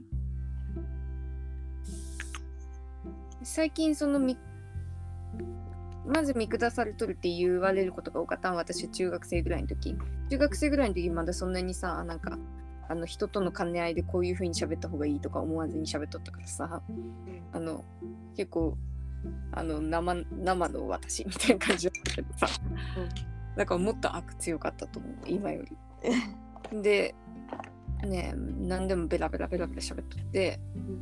最近そのみまず見下されとるって言われることが多かったのは、私中学生ぐらいの時中学生ぐらいの時まだそんなにさ、なんかあの人との兼ね合いでこういう風に喋った方がいいとか思わずに喋っとったからさ、うん、あの結構あの 生, 生の私みたいな感じだったけどさ、うん、だからもっと悪強かったと思う、今より。でね、何でもベラベラベラベラ喋っとって、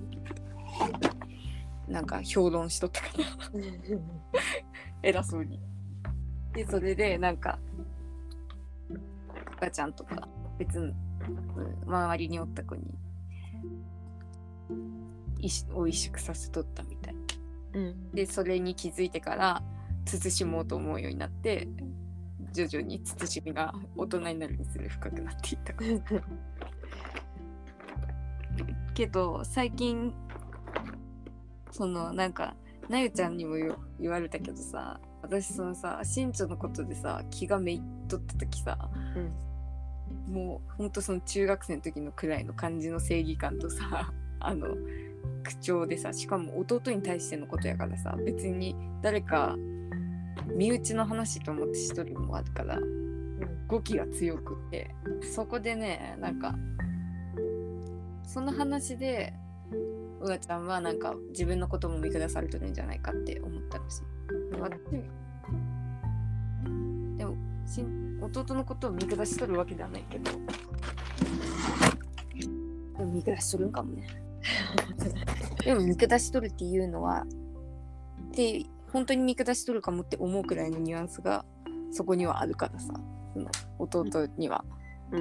うん、なんか評論しとったから偉そうに。でそれでなんか赤ちゃんとか別に周りにおった子においしくさせとったみたい、うん、でそれに気づいてから慎もうと思うようになって、徐々に慎みが大人になるにつれ深くなっていったからけど最近そのなんかなゆちゃんにも言われたけどさ、私そのさ身長のことでさ気がめいっとった時さ、うん、もうほんとその中学生の時のくらいの感じの正義感とさ、あの口調でさ、しかも弟に対してのことやからさ、別に誰か身内の話と思ってしとるのもあるから、うん、語気が強くって、そこでね、なんかその話でうがちゃんはなんか自分のことも見下されてるんじゃないかって思ったらしい。私でも弟のことを見下しとるわけではないけど、でも見下しとるんかもねでも見下しとるっていうのはで本当に見下しとるかもって思うくらいのニュアンスがそこにはあるからさ、その弟には、うん、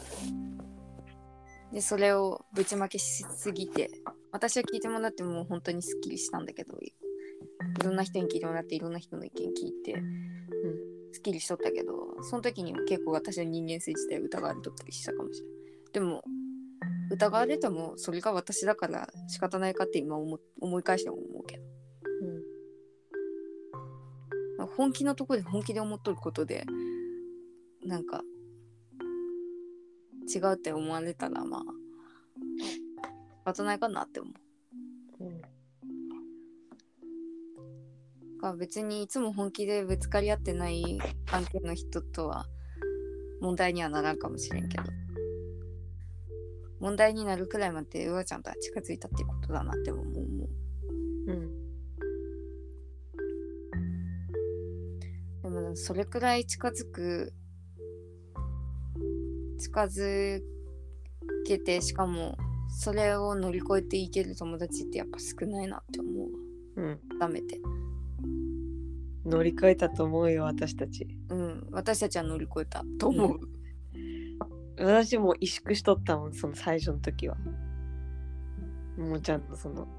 でそれをぶちまけしすぎて、私は聞いてもらっても本当にスッキリしたんだけど、いろんな人に聞いてもらっていろんな人の意見聞いて、うん、スッキリしとったけど、その時にも結構私の人間性自体疑われとったりしたかもしれない。でも疑われてもそれが私だから仕方ないかって今 思, 思い返しても思うけど、うん、本気のところで本気で思っとることでなんか違うって思われたらまあ仕方ないかなって思う、うん別にいつも本気でぶつかり合ってない関係の人とは問題にはならんかもしれんけど、問題になるくらいまでうわちゃんとは近づいたっていうことだなって思う。うん。でもそれくらい近づく近づけて、しかもそれを乗り越えていける友達ってやっぱ少ないなって思うわ。うん。ダメて。 乗り越えたと思うよ、私たち。 うん、私たちは乗り越えたと思う。 うん、私も萎縮しとったもん、その最初の時は。ももちゃんのその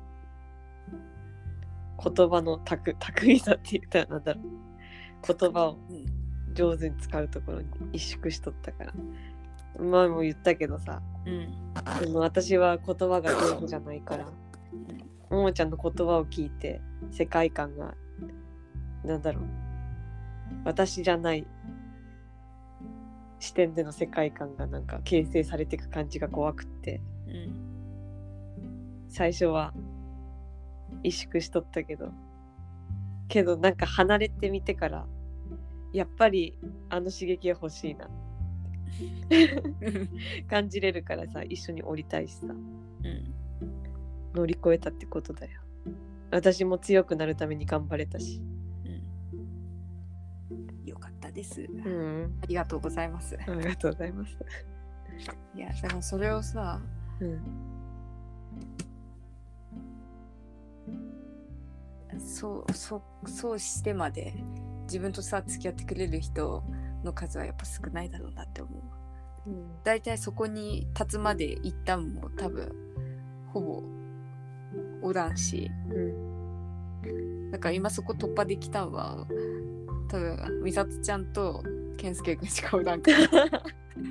言葉の巧みさって言ったらなんだろう、言葉を上手に使うところに萎縮しとったから。前も言ったけどさ、うん、でも私は言葉が上手じゃないから、ももちゃんの言葉を聞いて世界観がなんだろう、私じゃない視点での世界観がなんか形成されていく感じが怖くって、うん、最初は萎縮しとったけどけどなんか離れてみてからやっぱりあの刺激が欲しいな感じれるからさ、一緒に降りたいしさ、うん、乗り越えたってことだよ。私も強くなるために頑張れたし、 うん、よかったです、 うん、 ありがとうございます。 ありがとうございます。 いやでもそれをさ、うん、そうそうそうしてまで自分とさ付き合ってくれる人の数はやっぱ少ないだろうなって思う、うん、だいたいそこに立つまで一旦も多分ほぼおらんし、うん、だから今そこ突破できたんは多分みさつちゃんと健介くんしかおらんから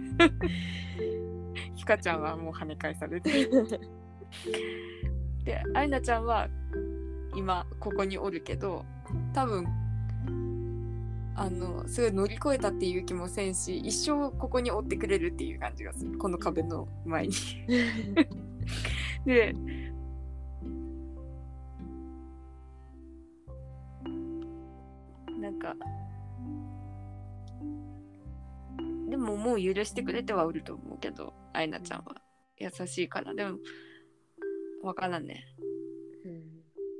ひかちゃんはもう跳ね返されてるであいなちゃんは今ここにおるけど多分あのそれ乗り越えたっていう気もせんし、一生ここにおってくれるっていう感じがする、この壁の前にでなんかでももう許してくれてはおると思うけど、あいなちゃんは優しいから。でもわからんね、うん、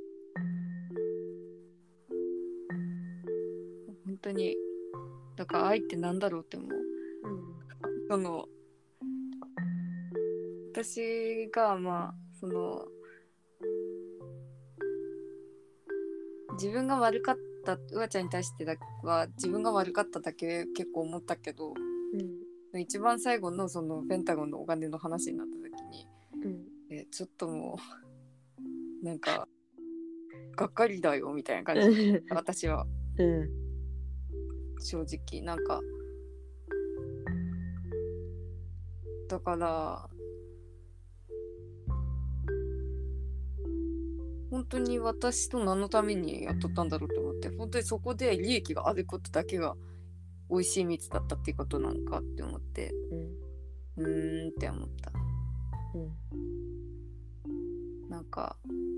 本当にだから愛ってなんだろうって思う、うん、その私がまあその自分が悪かったうわちゃんに対しては自分が悪かっただけ結構思ったけど、うん、一番最後のそのペンタゴンのお金の話になった時に、うん、えちょっともうなんかがっかりだよみたいな感じ私は、うん、正直なんかだから本当に私と何のためにやっとったんだろうと思って、本当にそこで利益があることだけが美味しい蜜だったっていうことなのかって思って、うん、うーんって思った、うん、なんか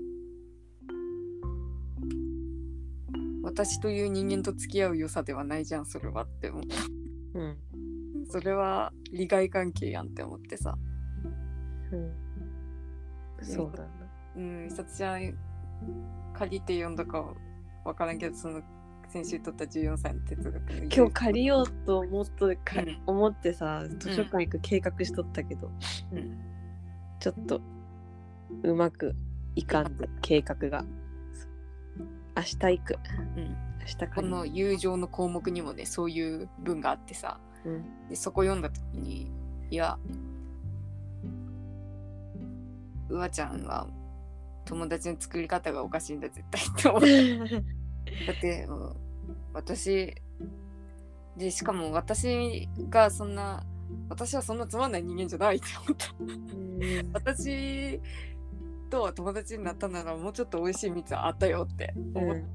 私という人間と付き合う良さではないじゃんそれはって思った、うん、それは利害関係やんって思ってさ、うん、そうだな、うん、みさつちゃん借りて読んだかわからんけど、その先週取ったじゅうよんさいの哲学の今日借りようと思って、うん、思ってさ図書館行く計画しとったけど、うん、ちょっとうまくいかんで計画が明日行く、うん、明日この友情の項目にもねそういう文があってさ、うん、でそこ読んだ時にいやうわちゃんは友達の作り方がおかしいんだ絶対って思っただって私でしかも私がそんな私はそんなつまんない人間じゃないって思ったうん私と友達になったならもうちょっと美味しい蜜あったよって思った、うん、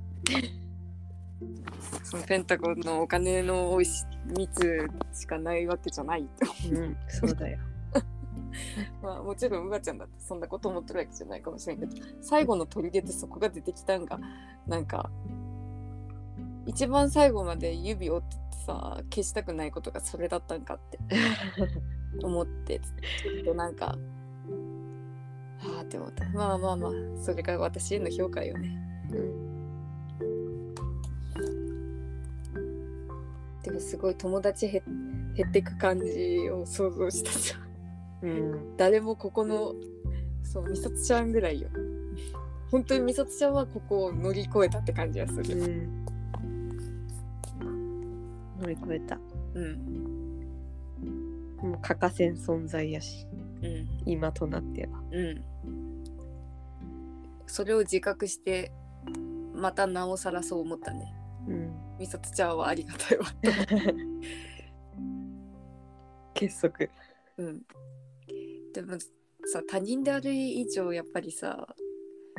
そのペンタゴンのお金の美味しい蜜しかないわけじゃないって、 うん、そうだよまあ、もちろんうわちゃんだってそんなこと思ってるわけじゃないかもしれんけど、最後の砦でそこが出てきたんがなんか一番最後まで指を折ってさ消したくないことがそれだったんかって思ってちょっとなんかはあって思った。まあまあまあそれが私への評価よね、うん、でもすごい友達減ってく感じを想像したじゃんうん、誰もここのそうみさつちゃんぐらいよ本当にみさつちゃんはここを乗り越えたって感じがする、うん、 乗り越えた、うん、もう欠かせん存在やし、うん、今となっては、うん、 それを自覚してまたなおさらそう思ったね、うん、みさつちゃんはありがたいわと結束、 うんでもさ他人である以上やっぱりさ、うん、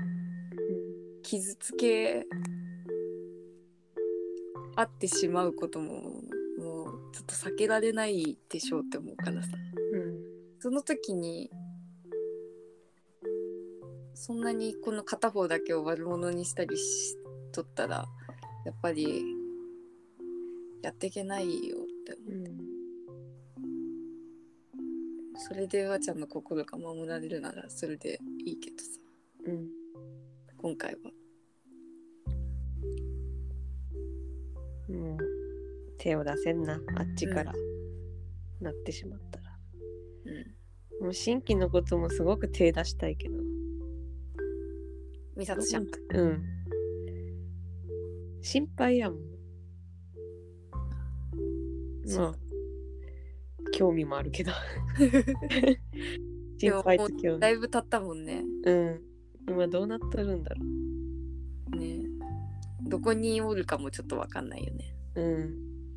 傷つけ合ってしまうことももうちょっと避けられないでしょうって思うからさ、うん、その時にそんなにこの片方だけを悪者にしたりしとったらやっぱりやっていけないよって思って、うん、それでわちゃんの心が守られるならそれでいいけどさ、うん、今回はもう手を出せんな、あっちから、うん、なってしまったら、うん、もう新規のこともすごく手出したいけど、 美里ちゃん、 うん、心配やもん。まあ興味もあるけど心配と興味。 だいぶ経ったもんね。 うん。今どうなっとるんだろう。ね。どこにおるかもちょっとわかんないよね。うん。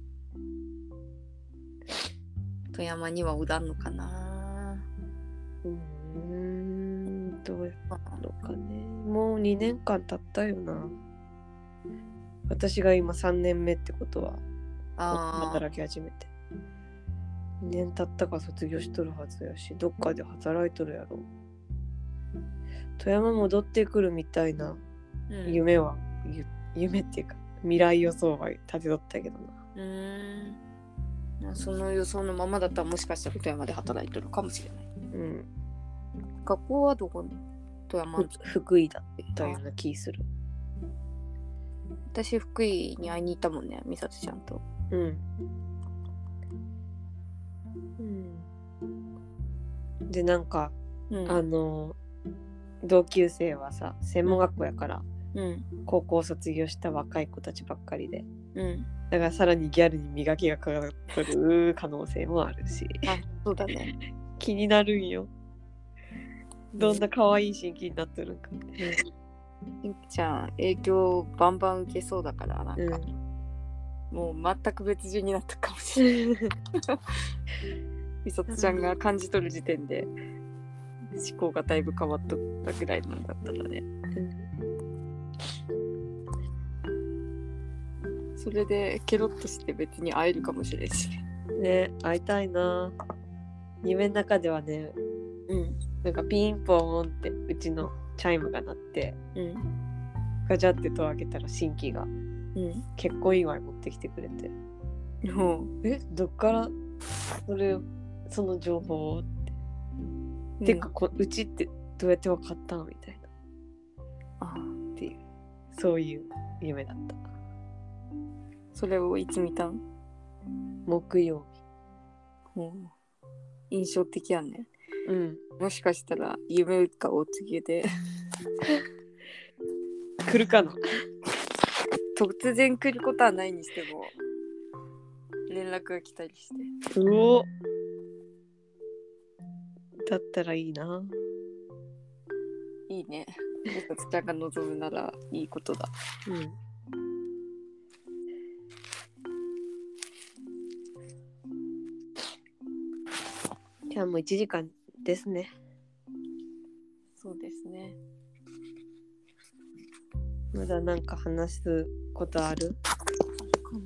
富山にはおらんのかな。 うーん。どうやのかね。もうにねんかん経ったよな。私が今さんねんめってことは、働き始めて。にねん経ったか卒業しとるはずやし、どっかで働いとるやろ。富山戻ってくるみたいな夢は、うん、夢っていうか未来予想は立てとったけどな。うーん、その予想のままだったらもしかしたら富山で働いとるかもしれない。うん。学校はどこに？富山？ 福井だったような気する。 私福井に会いに行ったもんね、美里ちゃんと。うん。 うん、でなんか、うん、あの同級生はさ専門学校やから、うん、高校卒業した若い子たちばっかりで、うん、だからさらにギャルに磨きがかかる可能性もあるしあ、そうだね気になるんよ、どんな可愛い新規になってるんか、 しんきちゃん影響バンバン受けそうだからなんか、うん、もう全く別人になったかもしれないみさとちゃんが感じ取る時点で思考がだいぶ変わっとったぐらいなんだったらね、うん、それでケロッとして別に会えるかもしれんしね、会いたいな。夢の中ではね、うん、なんかピンポーンってうちのチャイムが鳴って、うん、ガチャって戸を開けたら新規が、うん、結婚祝い持ってきてくれて、うん、えどっからそれその情報をって、うん、てかこうちってどうやって分かったのみたいな、あっていうそういう夢だった。 それをいつ見たん？ 木曜日、 うん、印象的やね。 うん、 もしかしたら夢かお告げで来るかな。 突然来ることはないにしても連絡が来たりして、 うおだったらいいな。 いいね。みさとちゃんが望むならいいことだ。うん。 じゃあもういちじかんですね。 そうですね。 まだなんか話すことある？あるかな。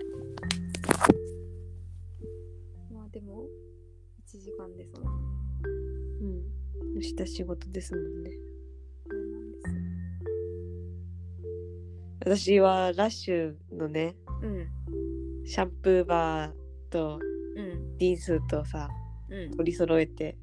まあでもいちじかんですもんね。 うん。明日仕事ですもんね。私はラッシュのね、うん、シャンプーバーとリンスとさ、うん、取り揃えて、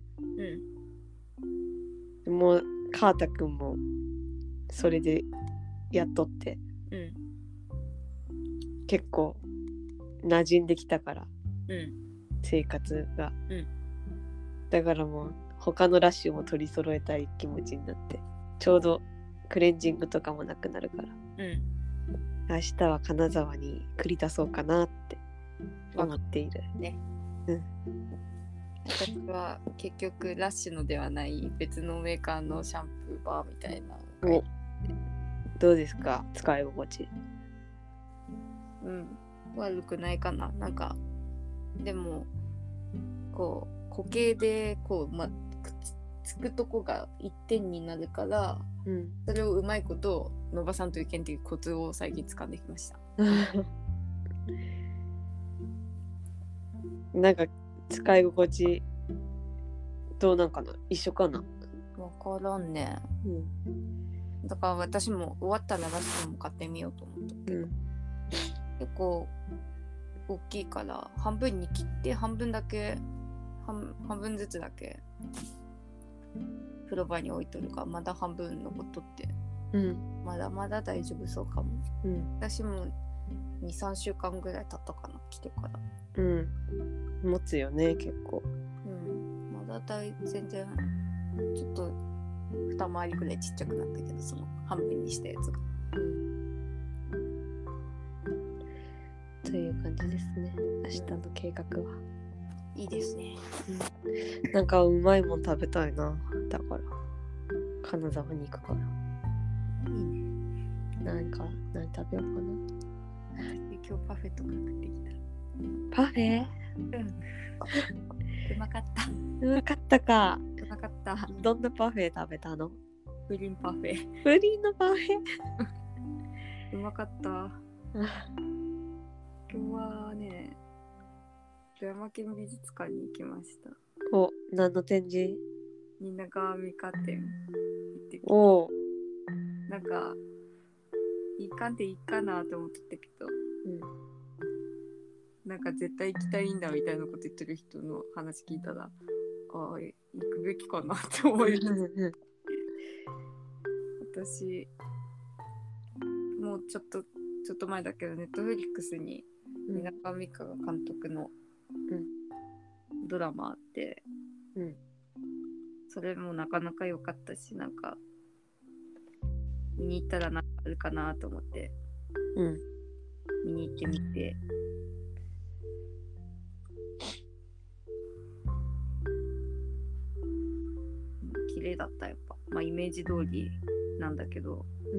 うん、もうカータくんもそれでやっとって、うん、結構馴染んできたから、うん、生活が、うん、だからもう他のラッシュも取り揃えたい気持ちになって、ちょうどクレンジングとかもなくなるから、うん、明日は金沢に繰り出そうかなって思っているね。うん。 私は結局ラッシュのではない別のメーカーのシャンプーバーみたいなのをどうですか、使い心地？ うん、悪くないかな。なんかでもこう固形でこうまつくとこが一点になるから、うん、それをうまいこと野場さんという件というコツを最近掴んできましたなんか使い心地どうなんかな、一緒かな。 わからんね、うん、だから私も終わったらラストも買ってみようと思ったけど、うん、結構大きいから半分に切って半分だけ 半, 半分ずつだけ風呂場に置いとるからまだ半分残っとって、うん、まだまだ大丈夫そうかも、うん、私も にさんしゅうかんぐらい経ったかな来てから。 うん持つよね結構。 うんまだ大全然ちょっと二回りぐらいちっちゃくなったけどその半分にしたやつが、うん、 という感じですね明日の計画は、 うん、いいですね、 うん、なんかうまいもん食べたいな。だから金沢に行くからいいね。 なんか何食べようかな。 今日パフェとか食ってきた。 パフェ？ うんうまかった。 うまかったか。 うまかった。 どんなパフェ食べたの？ プリンパフェ。 プリンのパフェうまかった。今日はね、富山県美術館に行きました。 お、何の展示？ 蜷川美香展行ってきた。 おなんかいかんでいいかなと思ってたけど、うん、なんか絶対行きたいんだみたいなこと言ってる人の話聞いたら、ああ行くべきかなって思います私もうちょっとちょっと前だけどネットフリックスに蜷川美香が監督のドラマあって、うん、それもなかなか良かったし、なんか見に行ったらなんかあるかなと思って、うん、見に行ってみて、綺麗だったやっぱ、まあイメージ通りなんだけど、うん、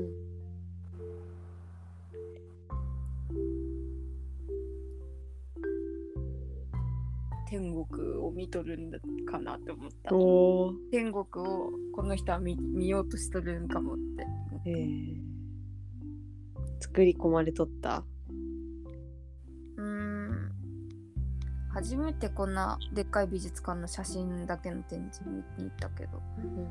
天国を見とるんだかなって思った。お天国をこの人は 見, 見ようとしとるんかもって。えー、 作り込まれとった。 うーん初めてこんなでっかい美術館の写真だけの展示見に行ったけど、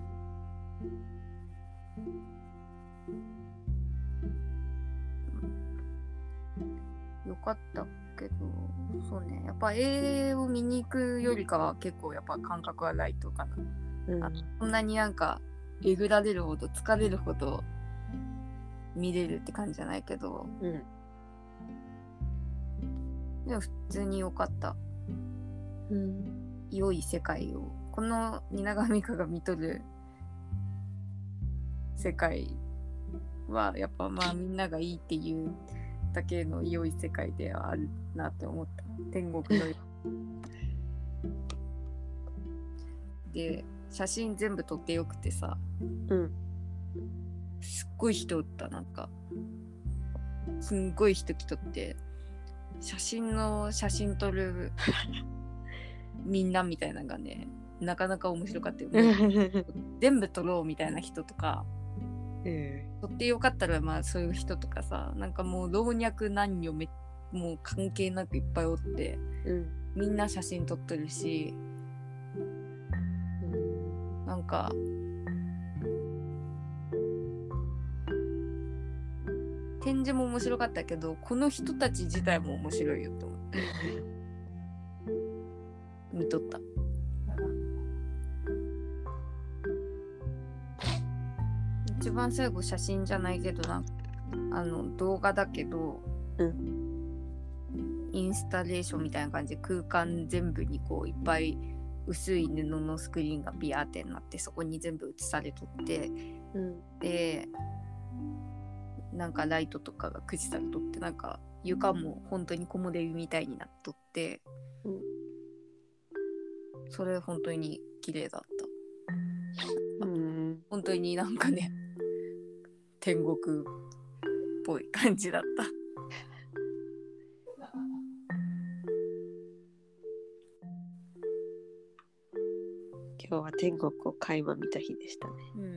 うん、よかったけど、そうね、やっぱ絵を見に行くよりかは結構やっぱ感覚はライトかな、うん、あそんなになんかえぐられるほど疲れるほど見れるって感じじゃないけど、うん、でも普通に良かった、うん、良い世界をこの蜷川美香が見とる世界はやっぱまあみんながいいっていうだけの良い世界ではあるなって思った。天国ので写真全部撮ってよくてさ、うん、すっごい人おった。なんかすんごい人来とって、写真の写真撮るみんなみたいなのがねなかなか面白かったよ全部撮ろうみたいな人とか、えー、撮ってよかったらまあそういう人とかさ、なんかもう老若男女めもう関係なくいっぱいおって、うん、みんな写真撮ってるし、うん、なんか展示も面白かったけどこの人たち自体も面白いよと思って見とった。一番最後写真じゃないけどなんかあの動画だけど、うん、インスタレーションみたいな感じで空間全部にこういっぱい薄い布のスクリーンがビヤーってなってそこに全部映されとって、うん、でなんかライトとかが駆使されとってなんか床も本当に木漏れ日みたいになっとって、うん、それ本当に綺麗だった、うん、本当になんかね天国っぽい感じだった今日は天国を垣間見た日でしたね、うん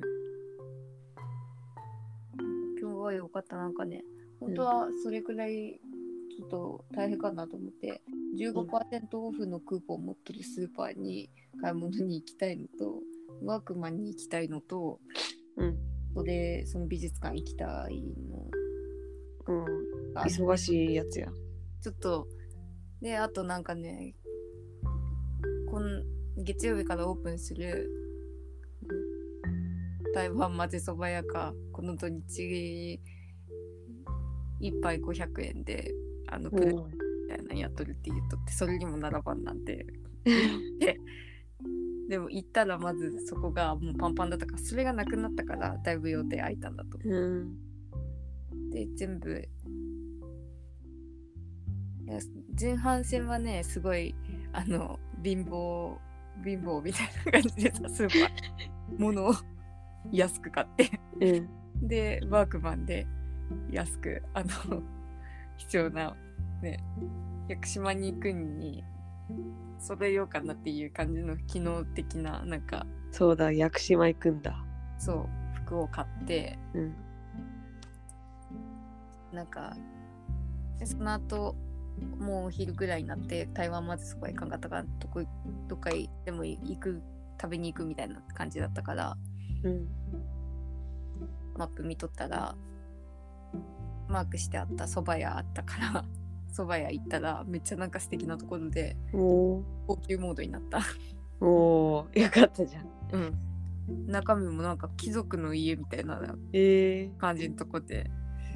今日は良かった。なんかね本当はそれくらいちょっと大変かなと思って、うん、 じゅうごパーセント オフのクーポンを持ってるスーパーに買い物に行きたいのと、ワークマンに行きたいのと、 うん、 それその美術館行きたいの、 うん、忙しいやつや。 ちょっとで、あとなんかね、こん月曜日からオープンする台湾混ぜそば屋がこの土日一杯ごひゃくえんであのプレゼントみたいなのやっとるって言っとって、それにも並ばんなんてででも行ったらまずそこがもうパンパンだったから、それがなくなったからだいぶ予定空いたんだと思う、うん、で全部いや前半戦はねすごいあの貧乏貧乏みたいな感じでさ、スーパー物を安く買って、うん、でワークマンで安くあの必要なね屋久島に行くに揃えようかなっていう感じの機能的ななんか、 そうだ屋久島行くんだ、 そう服を買って、うん、なんかでその後もうお昼ぐらいになって台湾まずそば行かんかったからどこどっかでも行く食べに行くみたいな感じだったから、うん、マップ見とったらマークしてあったそば屋あったからそば屋行ったらめっちゃなんか素敵なところで高級モードになった。 おーよかったじゃん。 うん。中身もなんか貴族の家みたいな感じのとこで、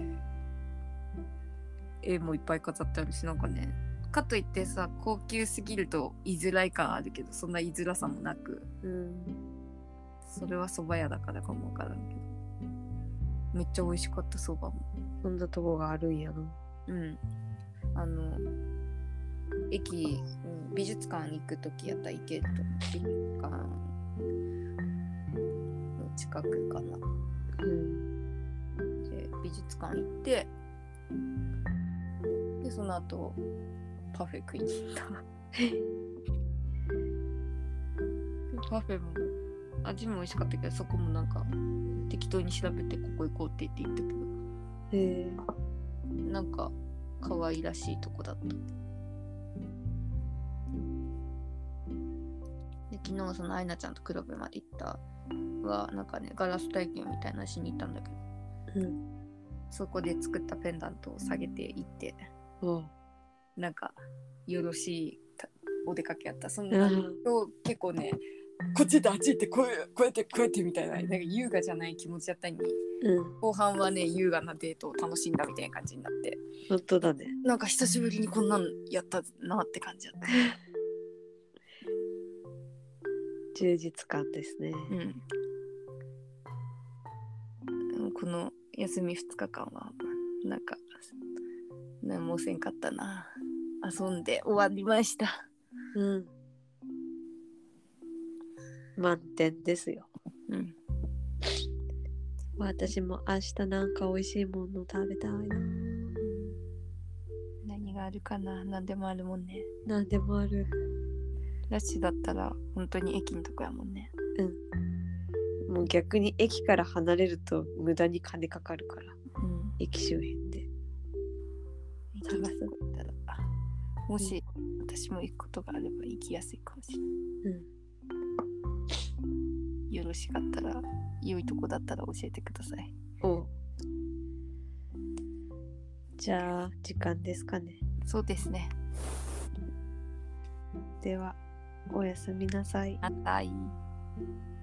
絵もいっぱい飾ってあるし、なんかねかといってさ高級すぎると居づらい感あるけどそんな居づらさもなく、うん、それはそば屋だからかもわからんけどめっちゃ美味しかったそばも。 そんなとこがあるんやな。 うん。あの駅、うん、美術館行くときやったら行けると思う。美術館の近くかな。うん。で美術館行ってでその後パフェ食いに行った。パフェも味も美味しかったけどそこもなんか適当に調べてここ行こうって言って行ったけど、へーなんか可愛らしいとこだった。で昨日そのアイナちゃんとクラブまで行ったはなんかねガラス体験みたいなのしに行ったんだけど、うん、そこで作ったペンダントを下げていって、うん、なんかよろしいお出かけやった。そんな、うん、結構ねこっち行ってあっち行ってこうこうやってこうやってみたいな、なんか優雅じゃない気持ちだったのに、うん、後半はね優雅なデートを楽しんだみたいな感じになって、 本当だね。 なんか久しぶりにこんなんやったなって感じだった。 充実感ですね。 うん。この休みふつかかんはなんか何もせんかったな。遊んで終わりました。うん。 満点ですよ。うん。私も明日なんか美味しいもの食べたいな。 何があるかな。何でもあるもんね。 何でもある。 ラッシュだったら本当に駅のとこやもんね。 うん。もう逆に駅から離れると無駄に金かかるから。うん。駅周辺で。 探すったらもし、うん、私も行くことがあれば行きやすいかもしれない。うん。よろしかったら良いとこだったら教えてください。おじゃあ時間ですかね。 そうですね。 ではおやすみなさい。 はい。